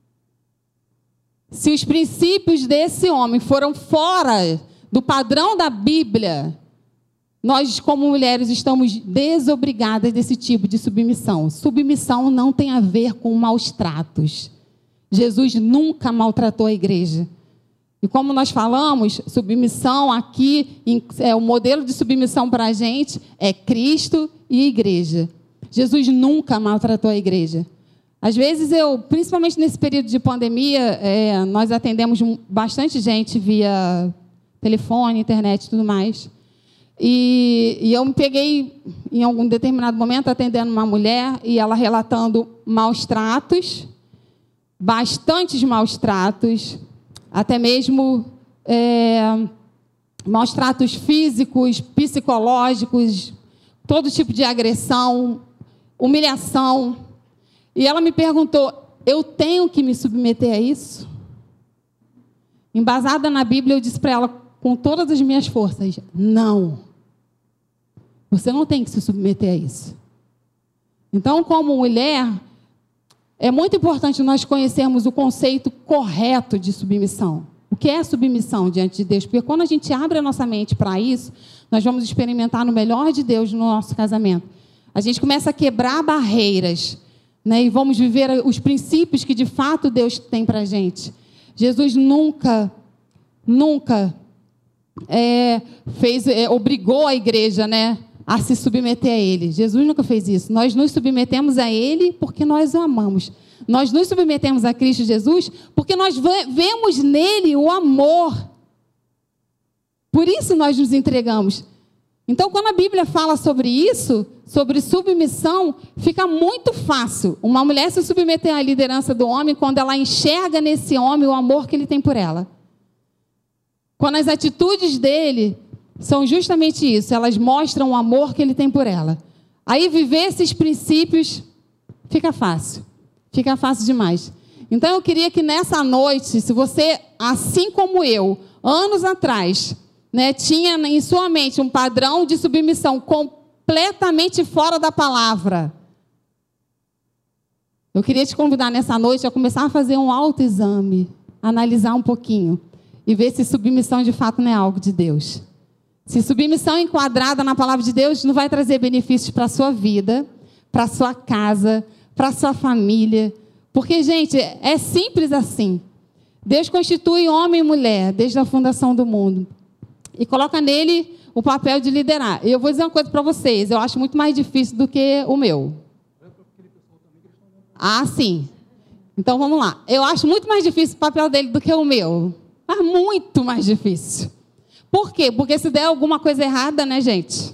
se os princípios desse homem foram fora do padrão da Bíblia, nós, como mulheres, estamos desobrigadas desse tipo de submissão. Submissão não tem a ver com maus tratos. Jesus nunca maltratou a igreja. E como nós falamos, submissão aqui, o modelo de submissão para a gente é Cristo e igreja. Jesus nunca maltratou a igreja. Às vezes principalmente nesse período de pandemia, nós atendemos bastante gente via telefone, internet e tudo mais. E eu me peguei, em algum determinado momento, atendendo uma mulher e ela relatando maus tratos, bastantes maus tratos, até mesmo maus tratos físicos, psicológicos, todo tipo de agressão, humilhação. E ela me perguntou, eu tenho que me submeter a isso? Embasada na Bíblia, eu disse para ela, com todas as minhas forças, não. Você não tem que se submeter a isso. Então, como mulher, é muito importante nós conhecermos o conceito correto de submissão. O que é submissão diante de Deus? Porque quando a gente abre a nossa mente para isso, nós vamos experimentar no melhor de Deus no nosso casamento. A gente começa a quebrar barreiras, né? E vamos viver os princípios que de fato Deus tem para a gente. Jesus nunca obrigou a igreja, né, a se submeter a Ele. Jesus nunca fez isso. Nós nos submetemos a Ele porque nós o amamos. Nós nos submetemos a Cristo Jesus porque nós vemos nele o amor. Por isso nós nos entregamos. Então, quando a Bíblia fala sobre isso, sobre submissão, fica muito fácil uma mulher se submeter à liderança do homem quando ela enxerga nesse homem o amor que ele tem por ela. Quando as atitudes dele são justamente isso, elas mostram o amor que ele tem por ela. Aí viver esses princípios fica fácil demais. Então eu queria que nessa noite, se você, assim como eu, anos atrás, né, tinha em sua mente um padrão de submissão completamente fora da palavra, eu queria te convidar nessa noite a começar a fazer um autoexame, analisar um pouquinho e ver se submissão de fato não é algo de Deus. Se submissão enquadrada na palavra de Deus não vai trazer benefícios para a sua vida, para a sua casa, para a sua família. Porque, gente, é simples assim. Deus constitui homem e mulher desde a fundação do mundo e coloca nele o papel de liderar. E eu vou dizer uma coisa para vocês, eu acho muito mais difícil do que o meu. Ah, sim. Então, vamos lá. Eu acho muito mais difícil o papel dele do que o meu. Mas muito mais difícil. Por quê? Porque se der alguma coisa errada, né, gente?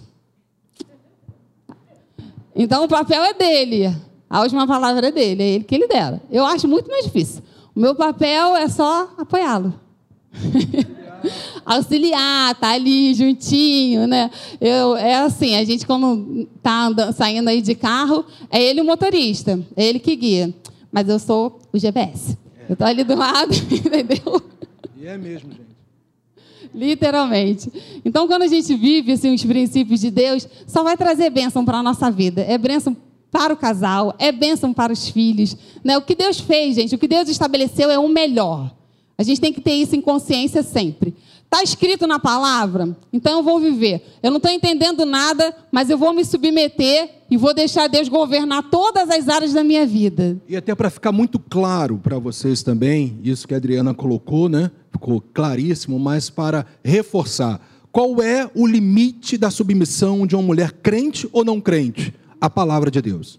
Então, o papel é dele. A última palavra é dele, é ele que lidera. Eu acho muito mais difícil. O meu papel é só apoiá-lo. Auxiliar, tá ali juntinho, né? É assim, a gente quando tá saindo aí de carro, é ele o motorista, é ele que guia. Mas eu sou o GPS. Eu tô ali do lado, entendeu? E é mesmo, gente. Literalmente. Então, quando a gente vive assim, os princípios de Deus, só vai trazer bênção para a nossa vida. É bênção para o casal, é bênção para os filhos, né? O que Deus fez, gente, o que Deus estabeleceu é o melhor. A gente tem que ter isso em consciência sempre. Está escrito na palavra? Então eu vou viver. Eu não estou entendendo nada, mas eu vou me submeter e vou deixar Deus governar todas as áreas da minha vida. E até para ficar muito claro para vocês também, isso que a Adriana colocou, né? Ficou claríssimo, mas para reforçar. Qual é o limite da submissão de uma mulher crente ou não crente? A palavra de Deus.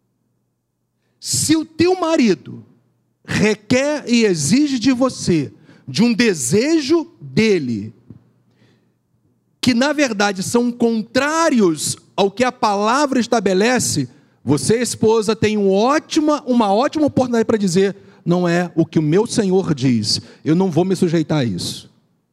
Se o teu marido requer e exige de você, de um desejo dele, que na verdade são contrários ao que a palavra estabelece, você, esposa, tem uma ótima oportunidade para dizer, não é o que o meu Senhor diz, eu não vou me sujeitar a isso.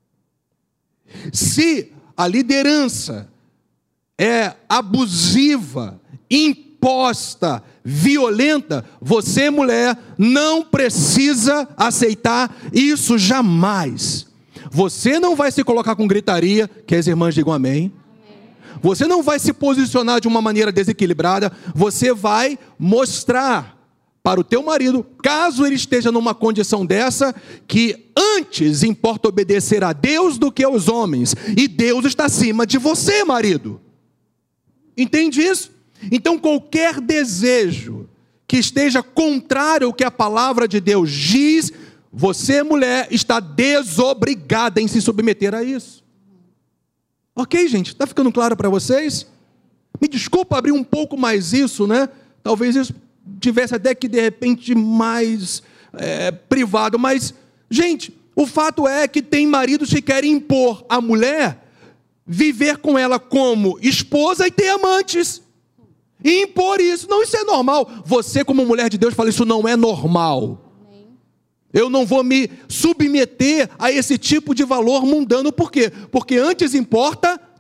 Se a liderança é abusiva, imposta, violenta, você, mulher, não precisa aceitar isso jamais. Você não vai se colocar com gritaria, que as irmãs digam amém. Você não vai se posicionar de uma maneira desequilibrada, você vai mostrar para o teu marido, caso ele esteja numa condição dessa, que antes importa obedecer a Deus do que aos homens, e Deus está acima de você, marido. Entende isso? Então, qualquer desejo que esteja contrário ao que a palavra de Deus diz, você, mulher, está desobrigada em se submeter a isso. Ok, gente? Está ficando claro para vocês? Me desculpa abrir um pouco mais isso, né? Talvez isso tivesse até que, de repente, mais privado. Mas, gente, o fato é que tem maridos que querem impor à mulher viver com ela como esposa e ter amantes. E impor isso. Não, isso é normal. Você, como mulher de Deus, fala, isso não é normal. Eu não vou me submeter a esse tipo de valor mundano. Por quê? Porque antes importa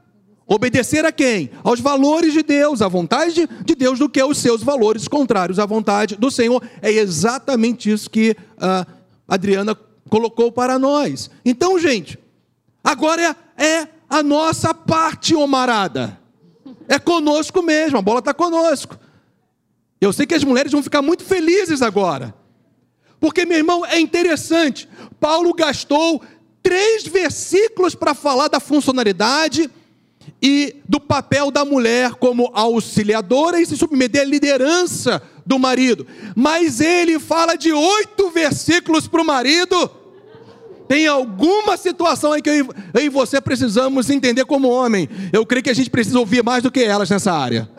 Obedecer a quem? Aos valores de Deus, à vontade de Deus, do que aos seus valores contrários à vontade do Senhor. É exatamente isso que a Adriana colocou para nós. Então, gente, agora é a nossa parte, homarada. É conosco mesmo, a bola está conosco. Eu sei que as mulheres vão ficar muito felizes agora. Porque, meu irmão, é interessante. Paulo gastou 3 versículos para falar da funcionalidade e do papel da mulher como auxiliadora e se submeter à liderança do marido. Mas ele fala de 8 versículos para o marido. Tem alguma situação aí que eu e você precisamos entender como homem. Eu creio que a gente precisa ouvir mais do que elas nessa área.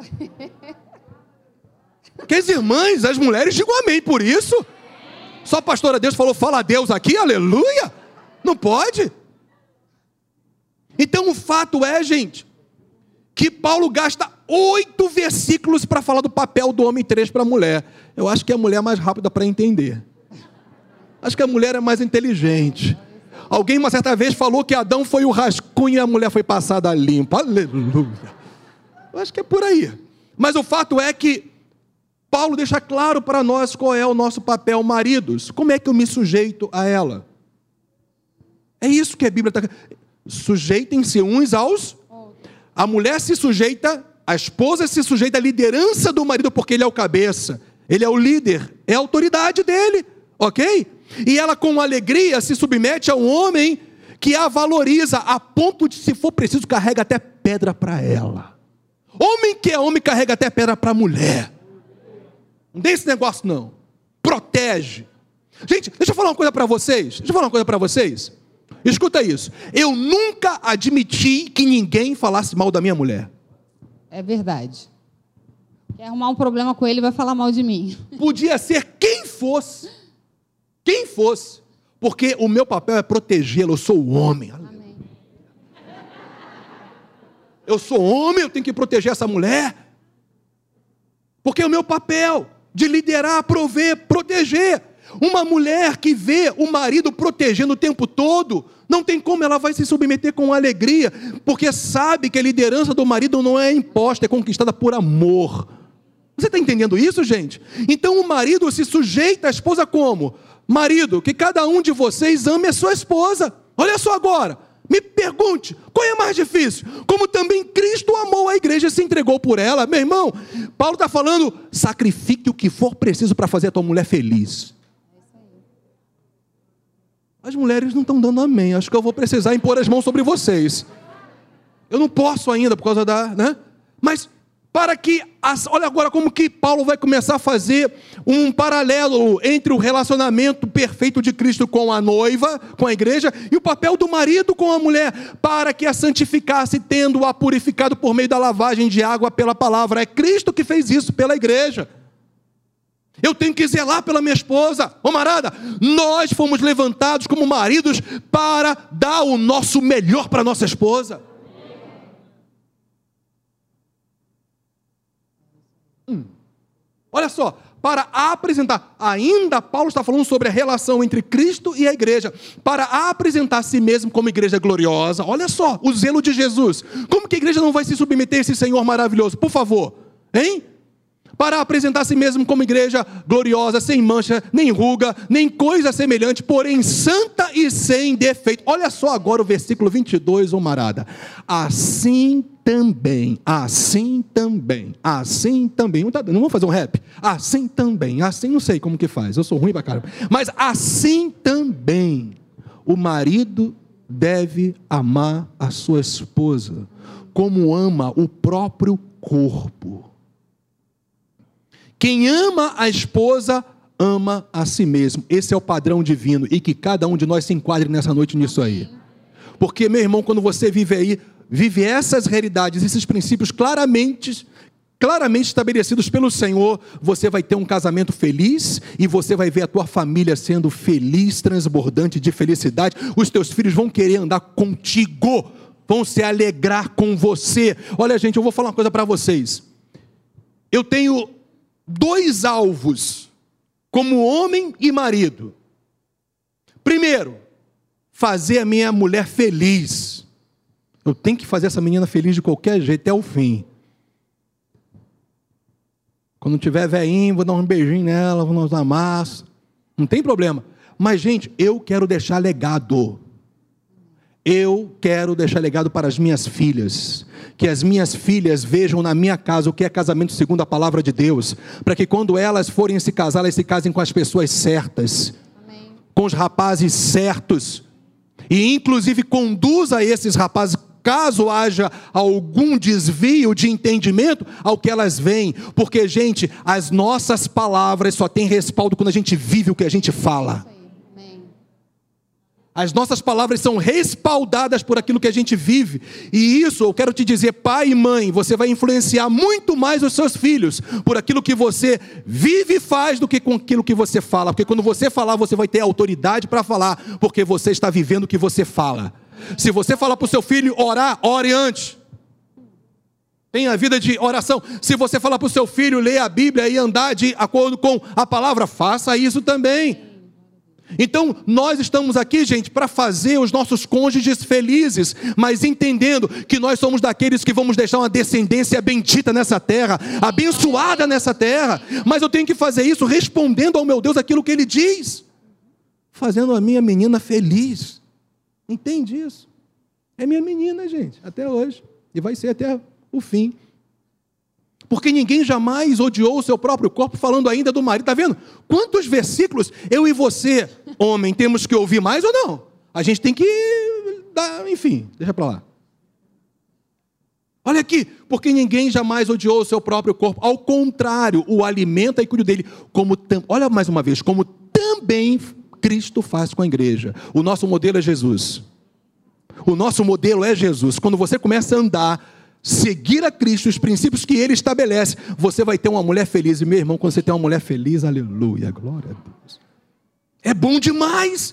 Porque as irmãs, as mulheres, digam amém por isso. Só a pastora Deus falou, fala a Deus aqui, aleluia. Não pode. Então o fato é, gente, que Paulo gasta 8 versículos para falar do papel do homem e 3 para a mulher. Eu acho que a mulher é mais rápida para entender. Acho que a mulher é mais inteligente. Alguém uma certa vez falou que Adão foi o rascunho e a mulher foi passada limpa. Aleluia. Eu acho que é por aí. Mas o fato é que Paulo deixa claro para nós qual é o nosso papel, maridos. Como é que eu me sujeito a ela? É isso que a Bíblia está... Sujeitem-se uns aos... A mulher se sujeita, a esposa se sujeita à liderança do marido, porque ele é o cabeça, ele é o líder, é a autoridade dele, ok? E ela com alegria se submete a um homem que a valoriza, a ponto de, se for preciso, carrega até pedra para ela. Homem que é homem carrega até pedra para a mulher. Não tem esse negócio não. Protege. Gente, deixa eu falar uma coisa para vocês. Escuta isso. Eu nunca admiti que ninguém falasse mal da minha mulher. É verdade. Quer arrumar um problema com ele, vai falar mal de mim. Podia ser quem fosse. Quem fosse. Porque o meu papel é protegê-lo. Eu sou o homem. Amém. Eu sou homem, eu tenho que proteger essa mulher. Porque é o meu papel de liderar, prover, proteger. Uma mulher que vê o marido protegendo o tempo todo, não tem como, ela vai se submeter com alegria, porque sabe que a liderança do marido não é imposta, é conquistada por amor. Você está entendendo isso, gente? Então o marido se sujeita à esposa como? Marido, que cada um de vocês ame a sua esposa. Olha só agora, me pergunte, qual é mais difícil? Como também Cristo amou a igreja e se entregou por ela. Meu irmão, Paulo está falando, sacrifique o que for preciso para fazer a tua mulher feliz. As mulheres não estão dando amém. Acho que eu vou precisar impor as mãos sobre vocês. Eu não posso ainda por causa da... né? Mas para que... olha agora como que Paulo vai começar a fazer um paralelo entre o relacionamento perfeito de Cristo com a noiva, com a igreja, e o papel do marido com a mulher, para que a santificasse, tendo-a purificado por meio da lavagem de água pela palavra. É Cristo que fez isso pela igreja. Eu tenho que zelar pela minha esposa. Camarada, nós fomos levantados como maridos para dar o nosso melhor para a nossa esposa. Olha só, para apresentar, ainda Paulo está falando sobre a relação entre Cristo e a igreja, para apresentar a si mesmo como igreja gloriosa. Olha só, o zelo de Jesus. Como que a igreja não vai se submeter a esse Senhor maravilhoso? Por favor, hein? Para apresentar a si mesmo como igreja gloriosa, sem mancha, nem ruga, nem coisa semelhante, porém santa e sem defeito. Olha só agora o versículo 22, camarada. Assim também. Não vamos fazer um rap? Assim também. Assim não sei como que faz, eu sou ruim pra caramba. Mas assim também, o marido deve amar a sua esposa, como ama o próprio corpo. Quem ama a esposa, ama a si mesmo. Esse é o padrão divino. E que cada um de nós se enquadre nessa noite nisso aí. Porque, meu irmão, quando você vive aí, vive essas realidades, esses princípios claramente estabelecidos pelo Senhor, você vai ter um casamento feliz e você vai ver a tua família sendo feliz, transbordante de felicidade. Os teus filhos vão querer andar contigo, vão se alegrar com você. Olha, gente, eu vou falar uma coisa para vocês. Eu tenho 2 alvos, como homem e marido. Primeiro, fazer a minha mulher feliz. Eu tenho que fazer essa menina feliz de qualquer jeito, até o fim. Quando tiver velhinho, vou dar um beijinho nela, vou dar massa. Não tem problema. Mas, gente, eu quero deixar legado. Eu quero deixar legado para as minhas filhas. Que as minhas filhas vejam na minha casa o que é casamento segundo a palavra de Deus. Para que quando elas forem se casar, elas se casem com as pessoas certas. Amém. Com os rapazes certos. E inclusive conduza esses rapazes, caso haja algum desvio de entendimento, ao que elas veem. Porque, gente, as nossas palavras só têm respaldo quando a gente vive o que a gente fala. As nossas palavras são respaldadas por aquilo que a gente vive. E isso, eu quero te dizer, pai e mãe, você vai influenciar muito mais os seus filhos por aquilo que você vive e faz do que com aquilo que você fala. Porque quando você falar, você vai ter autoridade para falar, porque você está vivendo o que você fala. Se você falar para o seu filho orar, ore antes. Tenha vida de oração. Se você falar para o seu filho ler a Bíblia e andar de acordo com a palavra, faça isso também. Então, nós estamos aqui, gente, para fazer os nossos cônjuges felizes, mas entendendo que nós somos daqueles que vamos deixar uma descendência bendita nessa terra, abençoada nessa terra, mas eu tenho que fazer isso respondendo ao meu Deus aquilo que Ele diz, fazendo a minha menina feliz. Entende isso? É minha menina, gente, até hoje, e vai ser até o fim. Porque ninguém jamais odiou o seu próprio corpo, falando ainda do marido. Está vendo? Quantos versículos eu e você, homem, temos que ouvir mais ou não? A gente tem que dar, enfim, deixa para lá. Olha aqui, porque ninguém jamais odiou o seu próprio corpo. Ao contrário, o alimenta e cuida dele. Olha mais uma vez, como também Cristo faz com a igreja. O nosso modelo é Jesus. O nosso modelo é Jesus. Quando você começa a andar, seguir a Cristo, os princípios que Ele estabelece, você vai ter uma mulher feliz. E meu irmão, quando você tem uma mulher feliz, aleluia, glória a Deus, é bom demais.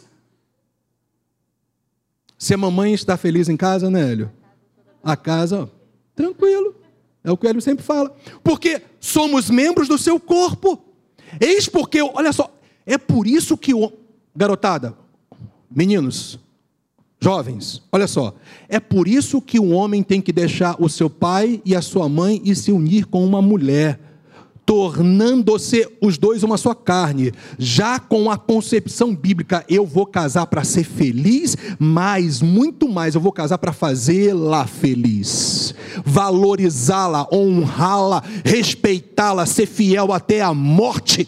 Se a mamãe está feliz em casa, né, Hélio? A casa, ó, tranquilo, é o que o Hélio sempre fala, porque somos membros do seu corpo. Eis porque, olha só, é por isso que garotada, meninos, jovens, olha só, é por isso que o homem tem que deixar o seu pai e a sua mãe e se unir com uma mulher, tornando-se os dois uma só carne. Já com a concepção bíblica, eu vou casar para ser feliz, mas muito mais, eu vou casar para fazê-la feliz, valorizá-la, honrá-la, respeitá-la, ser fiel até a morte.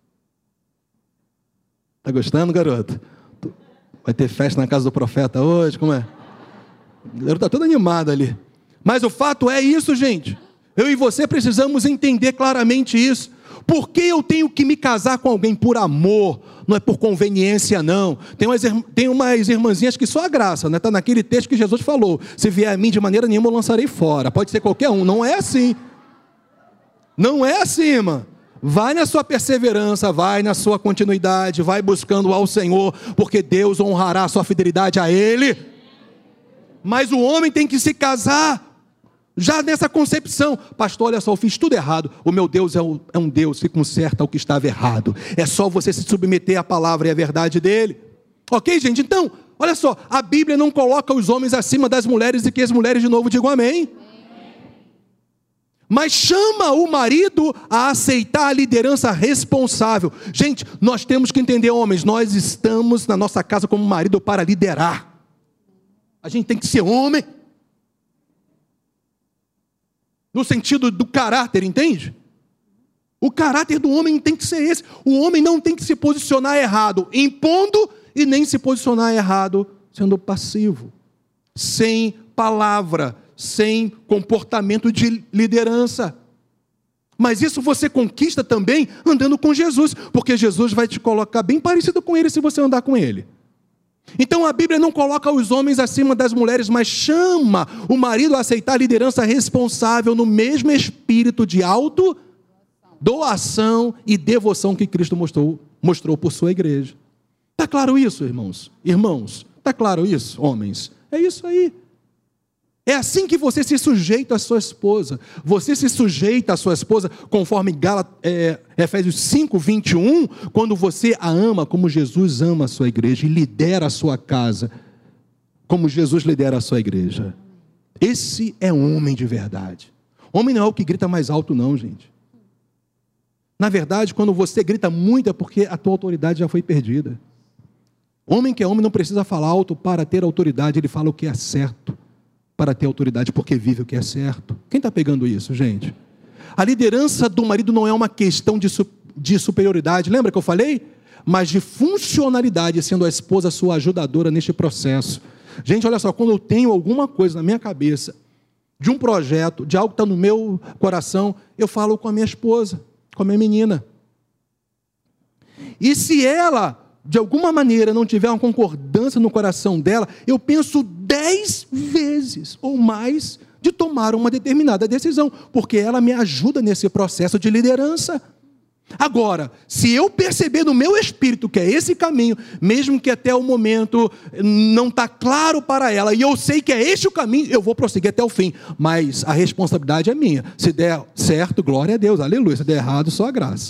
Tá gostando, garoto? Vai ter festa na casa do profeta hoje, como é? Ele está todo animado ali. Mas o fato é isso, gente. Eu e você precisamos entender claramente isso. Por que eu tenho que me casar com alguém? Por amor, não é por conveniência, não. Tem umas irmãzinhas que só a graça, né? Está naquele texto que Jesus falou: se vier a mim, de maneira nenhuma eu lançarei fora. Pode ser qualquer um, não é assim. Não é assim, irmã. Vai na sua perseverança, vai na sua continuidade, vai buscando ao Senhor, porque Deus honrará a sua fidelidade a Ele. Mas o homem tem que se casar, já nessa concepção. Pastor, olha só, eu fiz tudo errado. O meu Deus é um Deus que conserta o que estava errado. É só você se submeter à palavra e à verdade dEle. Ok, gente? Então, olha só, a Bíblia não coloca os homens acima das mulheres e que as mulheres de novo digam amém. Mas chama o marido a aceitar a liderança responsável. Gente, nós temos que entender, homens, nós estamos na nossa casa como marido para liderar. A gente tem que ser homem, no sentido do caráter, entende? O caráter do homem tem que ser esse. O homem não tem que se posicionar errado impondo e nem se posicionar errado sendo passivo, sem palavra, sem comportamento de liderança. Mas isso você conquista também andando com Jesus, porque Jesus vai te colocar bem parecido com Ele se você andar com Ele. Então a Bíblia não coloca os homens acima das mulheres, mas chama o marido a aceitar a liderança responsável no mesmo espírito de doação e devoção que Cristo mostrou por sua igreja. Está claro isso, irmãos? Irmãos, está claro isso, homens? É isso aí. É assim que você se sujeita à sua esposa. Você se sujeita à sua esposa conforme Efésios 5, 21, quando você a ama como Jesus ama a sua igreja e lidera a sua casa como Jesus lidera a sua igreja. Esse é um homem de verdade. Homem não é o que grita mais alto não, gente. Na verdade, quando você grita muito é porque a tua autoridade já foi perdida. Homem que é homem não precisa falar alto para ter autoridade, ele fala o que é certo para ter autoridade, porque vive o que é certo. Quem está pegando isso, gente? A liderança do marido não é uma questão de superioridade, lembra que eu falei? Mas de funcionalidade, sendo a esposa sua ajudadora neste processo. Gente, olha só, quando eu tenho alguma coisa na minha cabeça, de um projeto, de algo que está no meu coração, eu falo com a minha esposa, com a minha menina. E se ela, de alguma maneira, não tiver uma concordância no coração dela, eu penso 10 vezes ou mais de tomar uma determinada decisão, porque ela me ajuda nesse processo de liderança. Agora, se eu perceber no meu espírito que é esse caminho, mesmo que até o momento não está claro para ela, e eu sei que é este o caminho, eu vou prosseguir até o fim, mas a responsabilidade é minha. Se der certo, glória a Deus, aleluia. Se der errado, só a graça.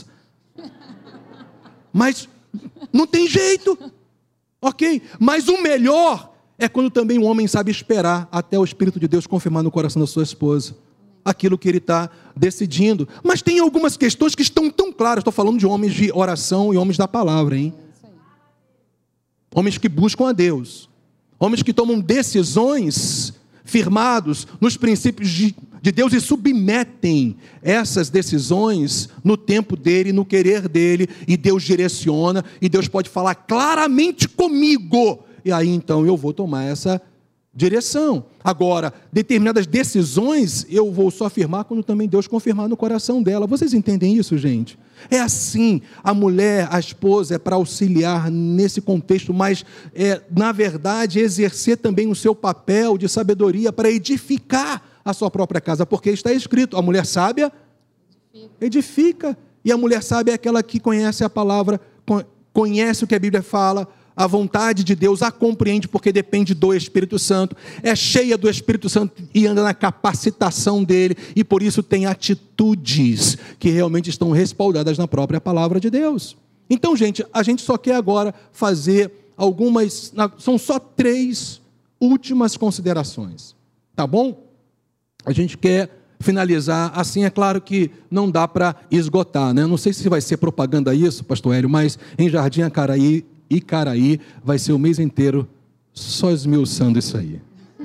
Mas não tem jeito, ok? Mas o melhor é quando também o homem sabe esperar até o Espírito de Deus confirmar no coração da sua esposa aquilo que ele está decidindo. Mas tem algumas questões que estão tão claras. Estou falando de homens de oração e homens da palavra, hein? Homens que buscam a Deus. Homens que tomam decisões firmados nos princípios de Deus e submetem essas decisões no tempo dele, no querer dele, e Deus direciona, e Deus pode falar claramente comigo, e aí então eu vou tomar essa direção. Agora, determinadas decisões eu vou só afirmar quando também Deus confirmar no coração dela. Vocês entendem isso, gente? É assim, a mulher, a esposa é para auxiliar nesse contexto, mas na verdade exercer também o seu papel de sabedoria para edificar a sua própria casa, porque está escrito, a mulher sábia edifica, e a mulher sábia é aquela que conhece a palavra, conhece o que a Bíblia fala, a vontade de Deus, a compreende, porque depende do Espírito Santo, é cheia do Espírito Santo e anda na capacitação dele, e por isso tem atitudes que realmente estão respaldadas na própria palavra de Deus. Então, gente, a gente só quer agora fazer algumas, são só 3 últimas considerações, tá bom? A gente quer finalizar assim, é claro que não dá para esgotar, né? Não sei se vai ser propaganda isso, pastor Hélio, mas em Jardim Icaraí vai ser o mês inteiro só esmiuçando isso aí.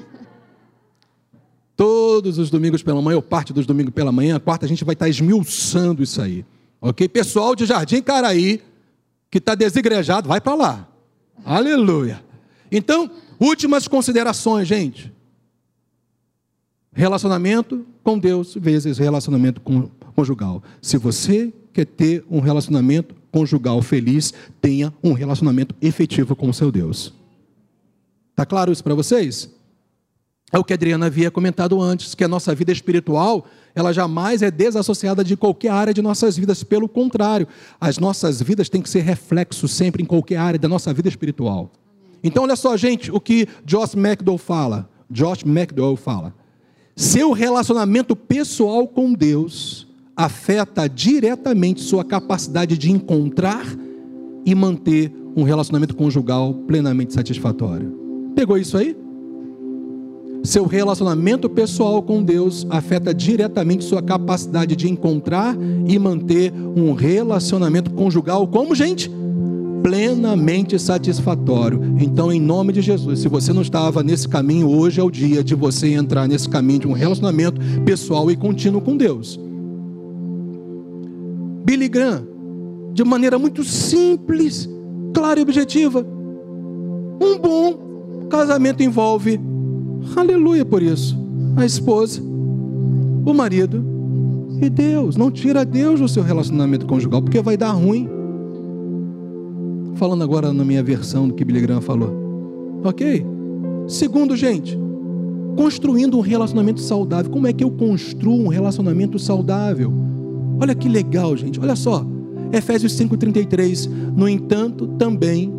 Todos os domingos pela manhã, ou parte dos domingos pela manhã, a quarta a gente vai estar esmiuçando isso aí, ok? Pessoal de Jardim Icaraí, que está desigrejado, vai para lá, aleluia. Então, últimas considerações, gente. Relacionamento com Deus vezes relacionamento conjugal. Se você quer ter um relacionamento conjugal feliz, tenha um relacionamento efetivo com o seu Deus. Está claro isso para vocês? É o que a Adriana havia comentado antes, que a nossa vida espiritual, ela jamais é desassociada de qualquer área de nossas vidas. Pelo contrário, as nossas vidas têm que ser reflexo sempre em qualquer área da nossa vida espiritual. Então, olha só, gente, o que Josh McDowell fala. Seu relacionamento pessoal com Deus afeta diretamente sua capacidade de encontrar e manter um relacionamento conjugal plenamente satisfatório. Pegou isso aí? Seu relacionamento pessoal com Deus afeta diretamente sua capacidade de encontrar e manter um relacionamento conjugal, como, gente? Plenamente satisfatório. Então, em nome de Jesus, se você não estava nesse caminho, hoje é o dia de você entrar nesse caminho de um relacionamento pessoal e contínuo com Deus. Billy Graham, de maneira muito simples, clara e objetiva, um bom casamento envolve, aleluia por isso, a esposa, o marido e Deus. Não tira Deus do seu relacionamento conjugal, porque vai dar ruim. Falando agora na minha versão do que Billy Graham falou, ok? Segundo, gente, construindo um relacionamento saudável. Como é que eu construo um relacionamento saudável? Olha que legal, gente, olha só, Efésios 5,33, no entanto, também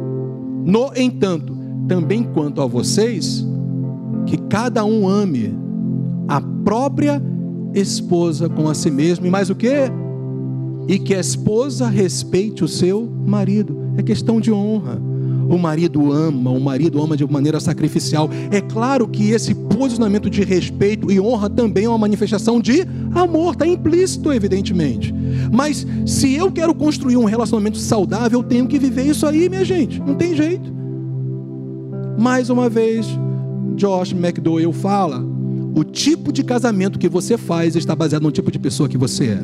quanto a vocês, que cada um ame a própria esposa com a si mesmo, e mais o quê? E que a esposa respeite o seu marido. É questão de honra. o marido ama de maneira sacrificial. É claro que esse posicionamento de respeito e honra também é uma manifestação de amor, está implícito, evidentemente. Mas se eu quero construir um relacionamento saudável, eu tenho que viver isso aí, minha gente, não tem jeito. Mais uma vez, Josh McDowell fala: o tipo de casamento que você faz está baseado no tipo de pessoa que você é.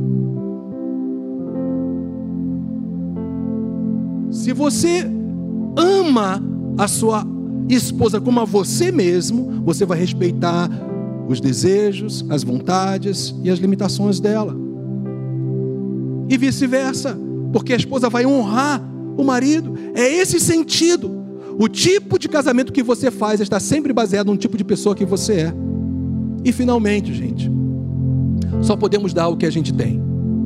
Se você ama a sua esposa como a você mesmo, você vai respeitar os desejos, as vontades e as limitações dela. E vice-versa, porque a esposa vai honrar o marido. É esse sentido. O tipo de casamento que você faz está sempre baseado no tipo de pessoa que você é. E finalmente, gente, só podemos dar o que a gente tem.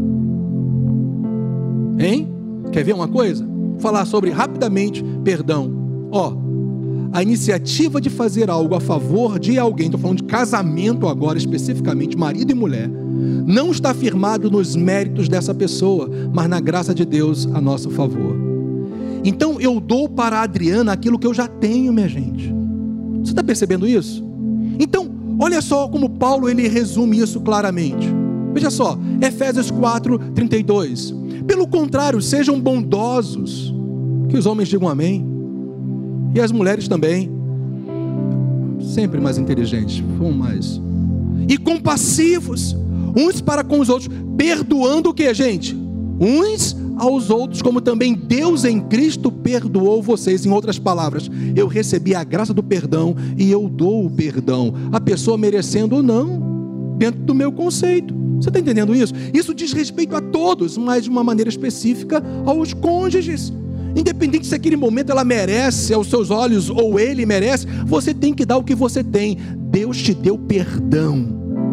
Hein? Quer ver uma coisa? Falar sobre rapidamente perdão. A iniciativa de fazer algo a favor de alguém, estou falando de casamento agora especificamente, marido e mulher, não está firmado nos méritos dessa pessoa, mas na graça de Deus a nosso favor. Então eu dou para a Adriana aquilo que eu já tenho, minha gente. Você está percebendo isso? Então, olha só como Paulo ele resume isso claramente. Veja só, Efésios 4:32. Pelo contrário, sejam bondosos. Que os homens digam amém. E as mulheres também. Sempre mais inteligentes. Vamos mais. E compassivos, uns para com os outros. Perdoando o que, gente? Uns aos outros, como também Deus em Cristo perdoou vocês. Em outras palavras, eu recebi a graça do perdão e eu dou o perdão. A pessoa merecendo ou não, dentro do meu conceito. Você está entendendo isso? Isso diz respeito a todos, mas de uma maneira específica aos cônjuges. Independente se aquele momento ela merece aos seus olhos ou ele merece, você tem que dar o que você tem. Deus te deu perdão.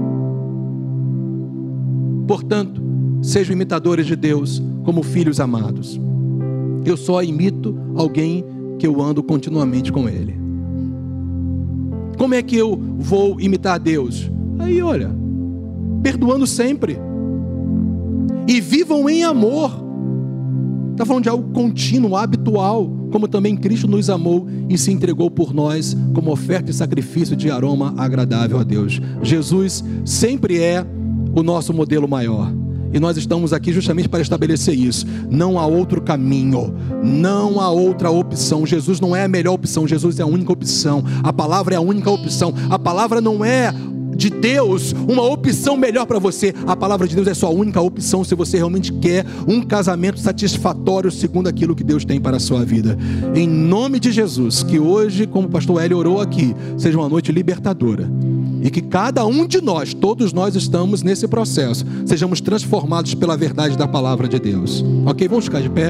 Portanto, sejam imitadores de Deus como filhos amados. Eu só imito alguém que eu ando continuamente com Ele. Como é que eu vou imitar Deus? Aí olha, perdoando sempre. E vivam em amor. Está falando de algo contínuo, habitual, como também Cristo nos amou e se entregou por nós como oferta e sacrifício de aroma agradável a Deus. Jesus sempre é o nosso modelo maior. E nós estamos aqui justamente para estabelecer isso. Não há outro caminho, não há outra opção. Jesus não é a melhor opção, Jesus é a única opção. A palavra é a única opção. A palavra não é de Deus uma opção melhor para você. A palavra de Deus é sua única opção se você realmente quer um casamento satisfatório segundo aquilo que Deus tem para a sua vida. Em nome de Jesus, que hoje, como o pastor Hélio orou aqui, seja uma noite libertadora. E que cada um de nós, todos nós estamos nesse processo, sejamos transformados pela verdade da palavra de Deus. Ok? Vamos ficar de pé.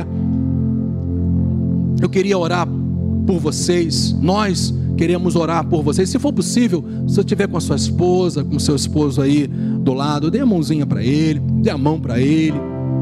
Eu queria orar por vocês. Nós queremos orar por vocês. Se for possível, se você estiver com a sua esposa, com o seu esposo aí do lado, dê a mãozinha para ele, dê a mão para ele.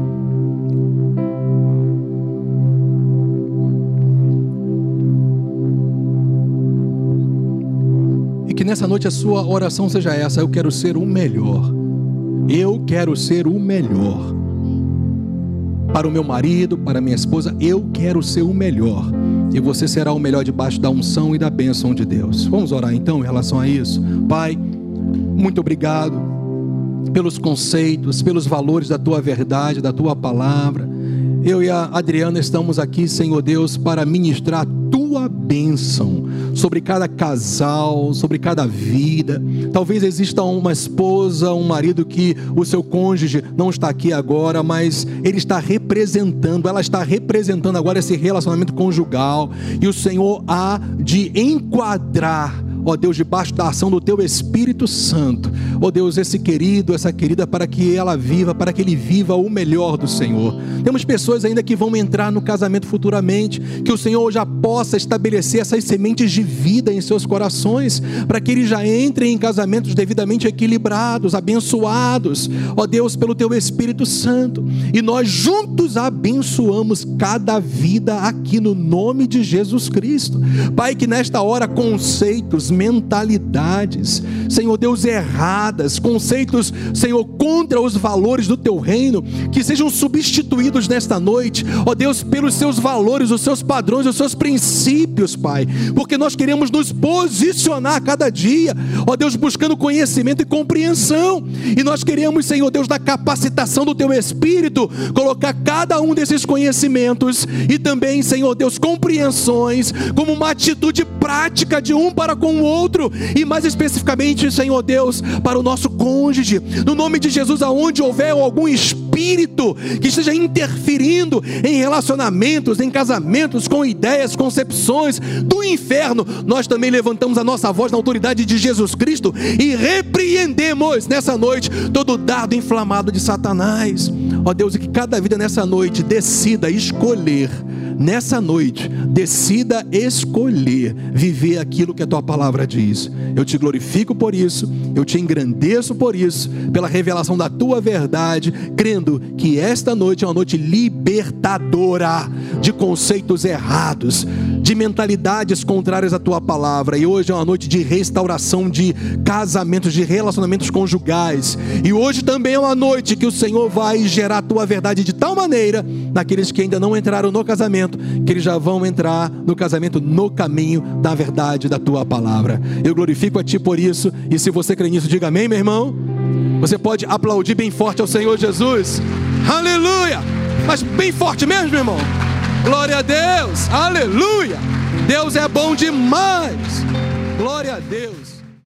E que nessa noite a sua oração seja essa: eu quero ser o melhor. Eu quero ser o melhor. Para o meu marido, para a minha esposa, eu quero ser o melhor. E você será o melhor debaixo da unção e da bênção de Deus. Vamos orar então em relação a isso. Pai, muito obrigado pelos conceitos, pelos valores da Tua verdade, da Tua palavra. Eu e a Adriana estamos aqui, Senhor Deus, para ministrar a Tua bênção sobre cada casal, sobre cada vida. Talvez exista uma esposa, um marido que o seu cônjuge não está aqui agora, mas ele está representando, ela está representando agora esse relacionamento conjugal, e o Senhor há de enquadrar, ó Deus, debaixo da ação do Teu Espírito Santo, ó Deus, esse querido, essa querida, para que ela viva, para que ele viva o melhor do Senhor. Temos pessoas ainda que vão entrar no casamento futuramente, que o Senhor já possa estabelecer essas sementes de vida em seus corações, para que eles já entrem em casamentos devidamente equilibrados, abençoados, ó Deus, pelo Teu Espírito Santo. E nós juntos abençoamos cada vida aqui no nome de Jesus Cristo. Pai, que nesta hora conceitos, mentalidades, Senhor Deus, erradas, conceitos, Senhor, contra os valores do teu reino, que sejam substituídos nesta noite, ó Deus, pelos seus valores, os seus padrões, os seus princípios, Pai, porque nós queremos nos posicionar a cada dia, ó Deus, buscando conhecimento e compreensão, e nós queremos, Senhor Deus, na capacitação do teu Espírito, colocar cada um desses conhecimentos e também, Senhor Deus, compreensões, como uma atitude prática de um para com o outro, e mais especificamente, Senhor Deus, para o nosso cônjuge, no nome de Jesus, aonde houver algum espírito que esteja interferindo em relacionamentos, em casamentos, com ideias, concepções do inferno, nós também levantamos a nossa voz na autoridade de Jesus Cristo e repreendemos nessa noite todo o dardo inflamado de Satanás, ó Deus, e que cada vida nessa noite decida escolher, nessa noite, decida escolher viver aquilo que a tua palavra diz. Eu te glorifico por isso, eu te engrandeço por isso, pela revelação da tua verdade, crendo que esta noite é uma noite libertadora de conceitos errados, de mentalidades contrárias à tua palavra, e hoje é uma noite de restauração de casamentos, de relacionamentos conjugais, e hoje também é uma noite que o Senhor vai gerar a tua verdade de tal maneira, naqueles que ainda não entraram no casamento, que eles já vão entrar no casamento no caminho da verdade da tua palavra. Eu glorifico a ti por isso, e se você crê nisso, diga amém, meu irmão. Você pode aplaudir bem forte ao Senhor Jesus, aleluia, mas bem forte mesmo, meu irmão. Glória a Deus, aleluia, Deus é bom demais, glória a Deus.